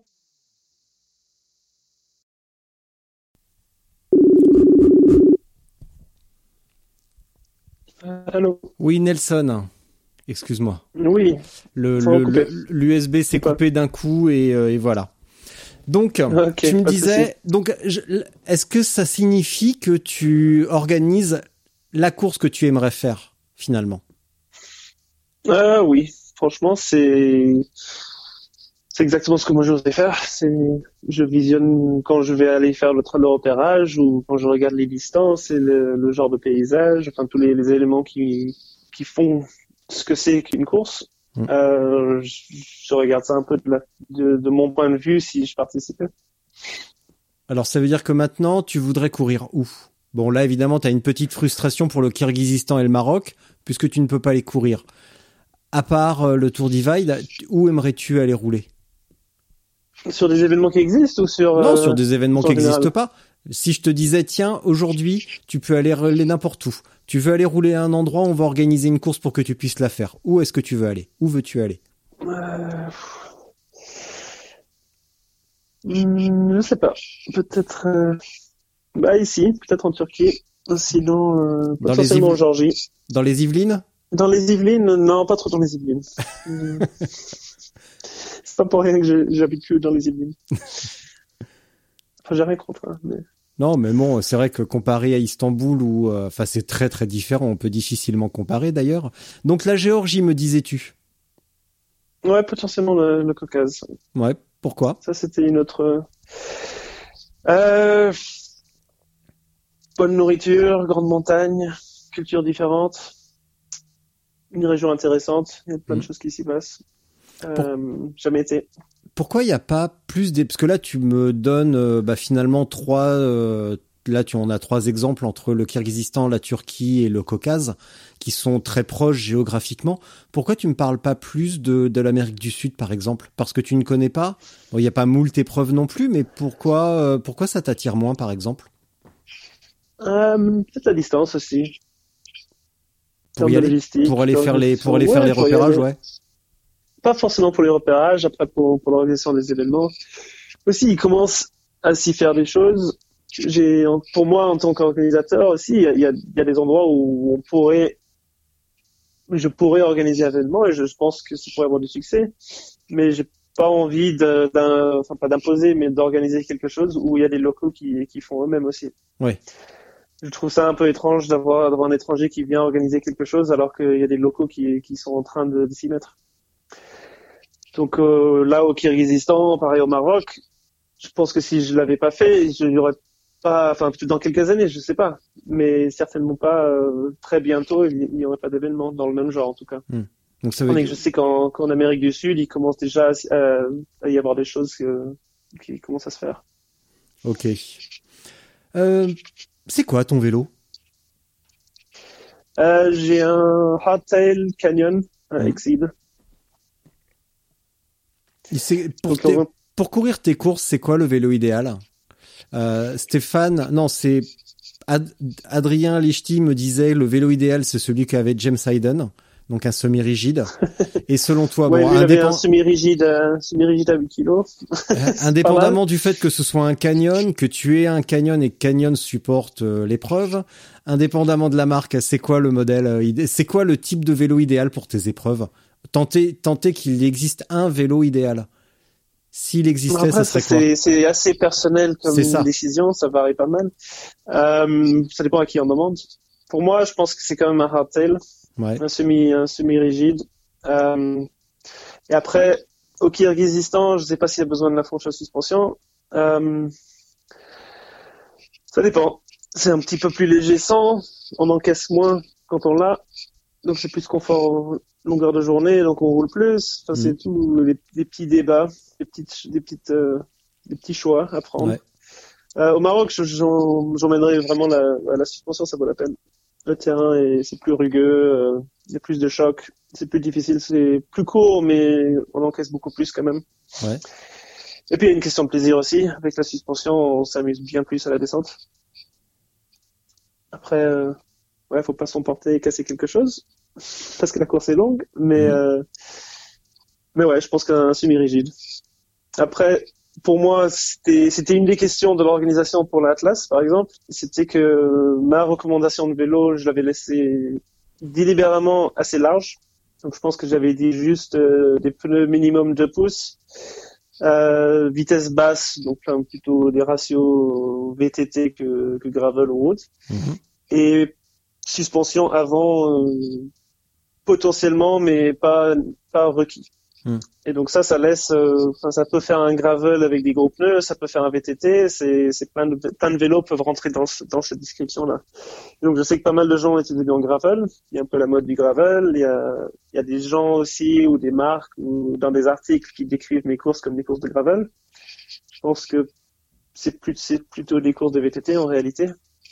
Allô? Oui, Nelson. Excuse-moi. Oui. Le, le, le l'U S B s'est coupé d'un coup et, euh, et voilà. Donc, okay, tu me disais, donc, je, est-ce que ça signifie que tu organises la course que tu aimerais faire finalement? Euh, oui, franchement, c'est c'est exactement ce que moi je voudrais faire. C'est je visionne quand je vais aller faire le train de repérage ou quand je regarde les distances et le, le genre de paysage, enfin tous les, les éléments qui qui font ce que c'est qu'une course. Mmh. Euh, je, je regarde ça un peu de, la, de, de mon point de vue si je participais. Alors ça veut dire que maintenant tu voudrais courir où? Bon là évidemment tu as une petite frustration pour le Kirghizistan et le Maroc puisque tu ne peux pas les courir. À part euh, le Tour Divide, où aimerais-tu aller rouler? Sur des événements qui existent ou sur... Non, euh, sur des événements qui n'existent pas. Si je te disais, tiens, aujourd'hui, tu peux aller rouler n'importe où. Tu veux aller rouler à un endroit, on va organiser une course pour que tu puisses la faire. Où est-ce que tu veux aller? Où veux-tu aller? euh... Je sais pas. Peut-être... Euh... Bah ici, peut-être en Turquie. Sinon, euh, potentiellement en Géorgie. Dans les Yvelines? Dans les Yvelines, non, pas trop dans les Yvelines. C'est pas pour rien que j'habite plus dans les Yvelines. Enfin, j'ai rien contre, hein, mais... Non, mais bon, c'est vrai que comparé à Istanbul, où, enfin, euh, c'est très très différent. On peut difficilement comparer d'ailleurs. Donc la Géorgie, me disais-tu? Ouais, potentiellement le, le Caucase. Ouais. Pourquoi? Ça, c'était une autre. Euh... Bonne nourriture, grande montagne, culture différente, une région intéressante. Il y a plein mmh. de choses qui s'y passent. Euh, Pour... Jamais été. Pourquoi il n'y a pas plus des... Parce que là, tu me donnes euh, bah, finalement trois... Euh, là, tu en as trois exemples entre le Kirghizistan, la Turquie et le Caucase, qui sont très proches géographiquement. Pourquoi tu me parles pas plus de, de l'Amérique du Sud, par exemple? Parce que tu ne connais pas? Bon, il n'y a pas moult épreuves non plus, mais pourquoi, euh, pourquoi ça t'attire moins, par exemple? euh, Peut-être la distance aussi. Pour y aller, pour aller faire les, pour aller ouais, faire les repérages, ouais. Pas forcément pour les repérages, après pour, pour l'organisation des événements. Aussi, ils commencent à s'y faire des choses. J'ai, pour moi, en tant qu'organisateur aussi, il y a, il y a, il y a des endroits où on pourrait, je pourrais organiser un événement et je pense que ça pourrait avoir du succès. Mais j'ai pas envie de, d'un, enfin pas d'imposer, mais d'organiser quelque chose où il y a des locaux qui, qui font eux-mêmes aussi. Oui. Je trouve ça un peu étrange d'avoir, d'avoir un étranger qui vient organiser quelque chose alors qu'il y a des locaux qui, qui sont en train de, de s'y mettre. Donc euh, là au Kirghizistan, pareil au Maroc, je pense que si je l'avais pas fait, je n'y aurais pas, enfin peut-être dans quelques années, je sais pas, mais certainement pas euh, très bientôt, il n'y aurait pas d'événement dans le même genre en tout cas. Mmh. Donc ça veut On dire... est, je sais qu'en, qu'en Amérique du Sud, il commence déjà à, à, à y avoir des choses que, qui commencent à se faire. Ok. Euh, c'est quoi ton vélo? euh, J'ai un Hardtail Canyon, un mmh. Exceed. C'est pour, tes, va... pour courir tes courses, c'est quoi le vélo idéal? euh, Stéphane, non, c'est Ad, Adrien Lichty me disait le vélo idéal, c'est celui qu'avait James Hayden, donc un semi-rigide. Et selon toi, ouais, bon, il indépend... avait un semi-rigide, un semi-rigide à huit kilos. Indépendamment du fait que ce soit un canyon, que tu aies un canyon et que Canyon supporte euh, l'épreuve, indépendamment de la marque, c'est quoi le modèle euh, c'est quoi le type de vélo idéal pour tes épreuves? Tenter, tenter qu'il existe un vélo idéal. S'il existait, après, ça serait ça, quoi? c'est, c'est assez personnel comme c'est ça. décision, ça varie pas mal. Euh, ça dépend à qui on demande. Pour moi, je pense que c'est quand même un hardtail, ouais. un semi, un semi-rigide. Euh, et après, au Kirghizistan, je sais pas s'il y a besoin de la fourche à suspension. Euh, ça dépend. C'est un petit peu plus léger sans, on encaisse moins quand on l'a. Donc c'est plus confort longueur de journée, donc on roule plus. Enfin, mmh. c'est tout les, les petits débats, des petites, des petites, euh, des petits choix à prendre. Ouais. Euh, au Maroc, j'en, j'emmènerais vraiment la, la suspension, ça vaut la peine. Le terrain est, c'est plus rugueux, euh, il y a plus de choc, c'est plus difficile, c'est plus court, mais on encaisse beaucoup plus quand même. Ouais. Et puis il y a une question de plaisir aussi. Avec la suspension, on s'amuse bien plus à la descente. Après. Euh, Ouais, faut pas s'emporter et casser quelque chose parce que la course est longue, mais mmh. euh, mais ouais, je pense qu'un semi-rigide. Après, pour moi, c'était c'était une des questions de l'organisation pour l'Atlas, par exemple, c'était que ma recommandation de vélo, je l'avais laissé délibérément assez large Donc je pense que j'avais dit juste euh, des pneus minimum deux pouces, euh, vitesse basse, donc enfin, plutôt des ratios V T T que, que gravel ou route, mm-hmm. et suspension avant euh, potentiellement, mais pas pas requis. Mm. Et donc ça, ça laisse, enfin euh, ça peut faire un gravel avec des gros pneus, ça peut faire un V T T, c'est c'est plein de plein de vélos peuvent rentrer dans dans cette description là. Donc je sais que pas mal de gens ont été venus en gravel, il y a un peu la mode du gravel, il y a il y a des gens aussi ou des marques ou dans des articles qui décrivent mes courses comme des courses de gravel. Je pense que c'est plus c'est plutôt des courses de V T T en réalité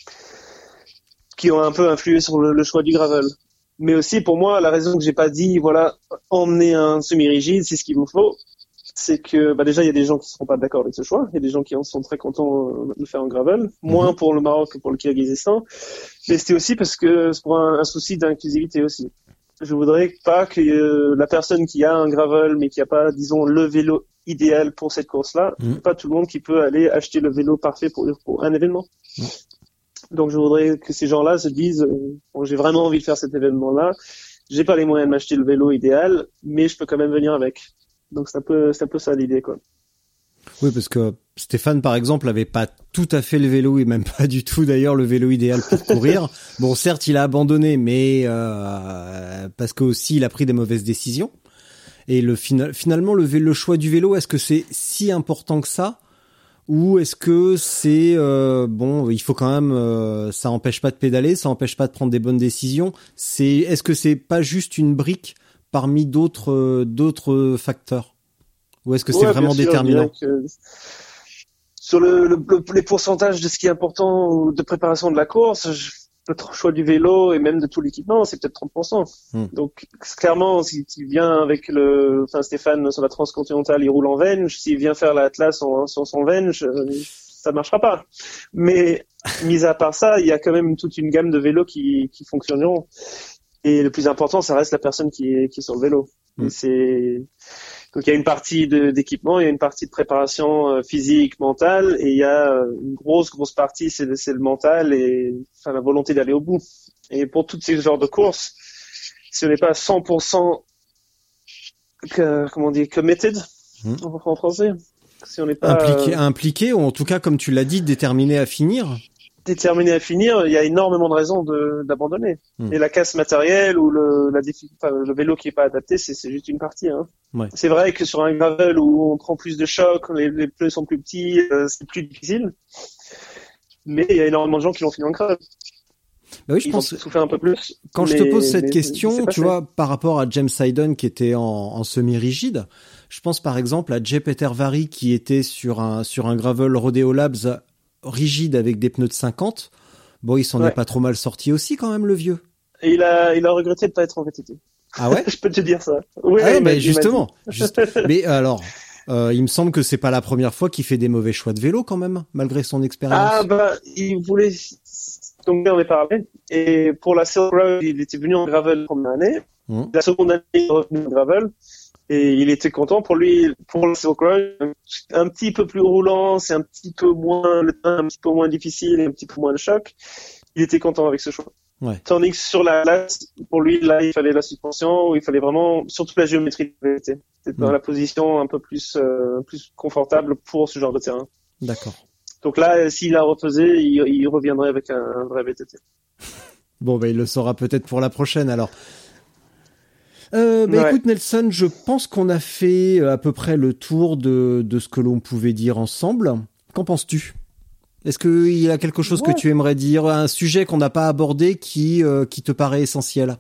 qui ont un peu influé sur le, le choix du gravel. Mais aussi, pour moi, la raison que j'ai pas dit, voilà, emmener un semi-rigide, c'est ce qu'il me faut, c'est que, bah, déjà, il y a des gens qui seront pas d'accord avec ce choix. Il y a des gens qui en sont très contents de le faire en gravel. Moins pour le Maroc que pour le Kirghizistan. Mais c'était aussi parce que c'est pour un, un souci d'inclusivité aussi. Je voudrais pas que euh, la personne qui a un gravel, mais qui a pas, disons, le vélo idéal pour cette course-là, mmh. pas tout le monde qui peut aller acheter le vélo parfait pour, pour un événement. Mmh. Donc je voudrais que ces gens-là se disent euh, bon, j'ai vraiment envie de faire cet événement-là, j'ai pas les moyens de m'acheter le vélo idéal, mais je peux quand même venir avec. Donc c'est un peu c'est un peu ça l'idée quoi. Oui, parce que Stéphane par exemple avait pas tout à fait le vélo et même pas du tout d'ailleurs le vélo idéal pour courir. Bon, certes, il a abandonné, mais euh, parce que aussi il a pris des mauvaises décisions. Et le final, finalement le, le choix du vélo, est-ce que c'est si important que ça? Ou est-ce que c'est euh, bon, il faut quand même, euh, ça empêche pas de pédaler, ça empêche pas de prendre des bonnes décisions. C'est, est-ce que c'est pas juste une brique parmi d'autres euh, d'autres facteurs, ou est-ce que c'est ouais, vraiment sûr, déterminant que sur le, le, le les pourcentages de ce qui est important de préparation de la course, je, le choix du vélo et même de tout l'équipement, c'est peut-être trente pour cent. Hmm. Donc clairement, si tu viens avec le, enfin Stéphane sur la transcontinentale, il roule en Venge. S'il vient faire l'Atlas en, sur son Venge, ça marchera pas. Mais mis à part ça, il y a quand même toute une gamme de vélos qui, qui fonctionneront. Et le plus important, ça reste la personne qui est, qui est sur le vélo. Hmm. Et c'est donc il y a une partie de, d'équipement, il y a une partie de préparation euh, physique, mentale, et il y a euh, une grosse, grosse partie, c'est le, c'est le mental et enfin la volonté d'aller au bout. Et pour tous ces genres de courses, si on n'est pas cent pour cent que, comment on dit, committed mmh. en, en français, si on n'est pas impliqué, euh, impliqué, ou en tout cas, comme tu l'as dit, déterminé à finir. Déterminé à finir, il y a énormément de raisons de, d'abandonner. Mmh. Et la casse matérielle ou le, la enfin, le vélo qui est pas adapté, c'est, c'est juste une partie. Hein. Ouais. C'est vrai que sur un gravel où on prend plus de chocs, les, les pneus sont plus petits, euh, c'est plus difficile. Mais il y a énormément de gens qui l'ont fini en creux. Bah oui, je Ils pense. ont souffert un peu plus. Quand mais, je te pose cette mais, question, tu vois, par rapport à James Hayden qui était en, en semi-rigide, je pense par exemple à Jay Petervary qui était sur un sur un gravel Rodeo Labs rigide avec des pneus de cinquante. Bon, il s'en ouais. est pas trop mal sorti aussi quand même, le vieux. Et il a il a regretté de pas être en V T T. Ah ouais? Je peux te dire ça. Oui, ah, mais justement. Juste... mais alors, euh, il me semble que c'est pas la première fois qu'il fait des mauvais choix de vélo quand même, malgré son expérience. Ah bah, il voulait. Donc on en est parlé. Et pour la Silk Road, il était venu en gravel la première année. Mmh. La seconde année, il est revenu en gravel. Et il était content. Pour lui, pour le Silk Road, un petit peu plus roulant, c'est un petit peu moins, le temps un petit peu moins difficile et un petit peu moins de choc. Il était content avec ce choix. Ouais. Tandis que sur la place, pour lui, là, il fallait la suspension, il fallait vraiment, surtout la géométrie de C'était dans mmh. la position un peu plus, euh, plus confortable pour ce genre de terrain. D'accord. Donc là, s'il la refaisait, il, il reviendrait avec un, un vrai V T T. Bon, ben, il le saura peut-être pour la prochaine, alors. Euh, bah, ouais. Écoute, Nelson, je pense qu'on a fait à peu près le tour de, de ce que l'on pouvait dire ensemble. Qu'en penses-tu? Est-ce qu'il y a quelque chose ouais. que tu aimerais dire, un sujet qu'on n'a pas abordé qui, euh, qui te paraît essentiel?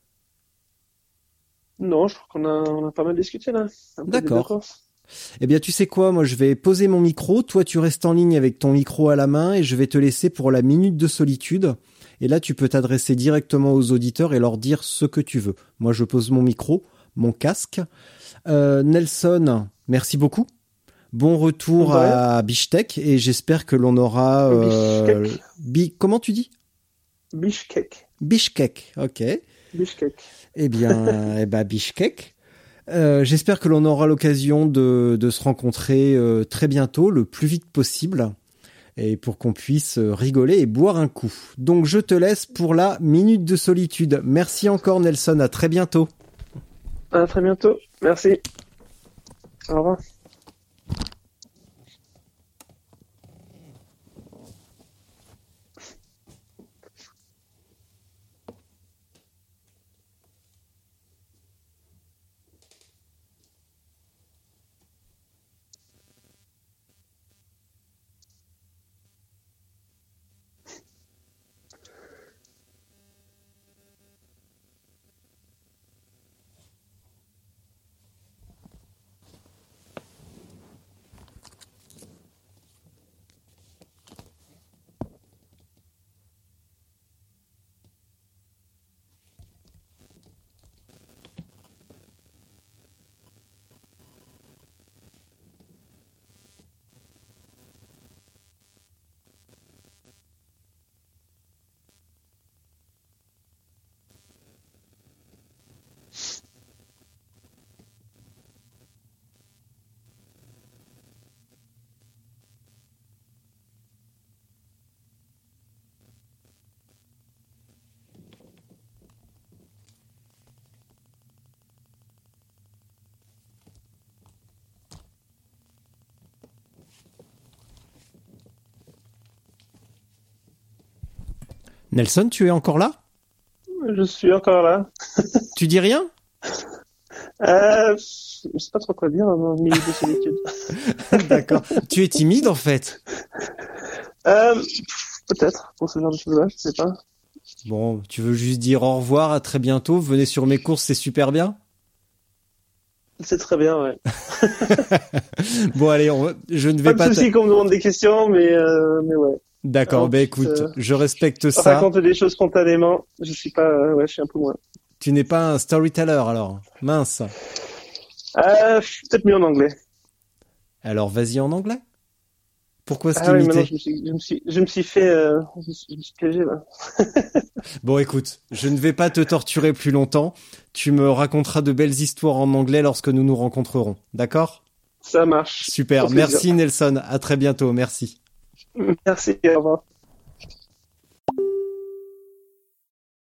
Non, je crois qu'on a, on a pas mal discuté là. D'accord. Eh bien, tu sais quoi, moi je vais poser mon micro, toi tu restes en ligne avec ton micro à la main et je vais te laisser pour la minute de solitude. Et là, tu peux t'adresser directement aux auditeurs et leur dire ce que tu veux. Moi, je pose mon micro, mon casque. Euh, Nelson, merci beaucoup. Bon retour ouais. à Bishkek et j'espère que l'on aura... Euh, Bi- Comment tu dis? Bishkek. Bishkek, ok. Bishkek. Eh bien, eh ben, Bishkek. Euh, j'espère que l'on aura l'occasion de, de se rencontrer euh, très bientôt, le plus vite possible, et pour qu'on puisse rigoler et boire un coup. Donc je te laisse pour la minute de solitude. Merci encore Nelson, à très bientôt. À très bientôt. Merci. Au revoir. Nelson, tu es encore là? Je suis encore là. Tu dis rien? Euh, je sais pas trop quoi dire dans le milieu de solitude. D'accord. Tu es timide en fait? Euh, peut-être, pour ce genre de choses-là, je sais pas. Bon, tu veux juste dire au revoir, à très bientôt, venez sur mes courses, c'est super bien? C'est très bien, ouais. Bon, allez, on va... je ne vais pas... Pas de souci ta- qu'on me demande des questions, mais, euh, mais ouais. D'accord, Alors, ben petite, écoute, euh, je respecte ça. Raconte des choses spontanément. Je suis pas, euh, ouais, je suis un peu moins. Tu n'es pas un storyteller alors? Mince. Euh, peut-être mieux en anglais. Alors vas-y en anglais. Pourquoi se Ah oui, maintenant limiter? je me suis, je me suis, je me suis fait, euh, je me suis, je me suis piégé là. Bon, écoute, je ne vais pas te torturer plus longtemps. Tu me raconteras de belles histoires en anglais lorsque nous nous rencontrerons. D'accord? Ça marche. Super. Au plaisir. Merci Nelson. À très bientôt. Merci. Merci, au revoir.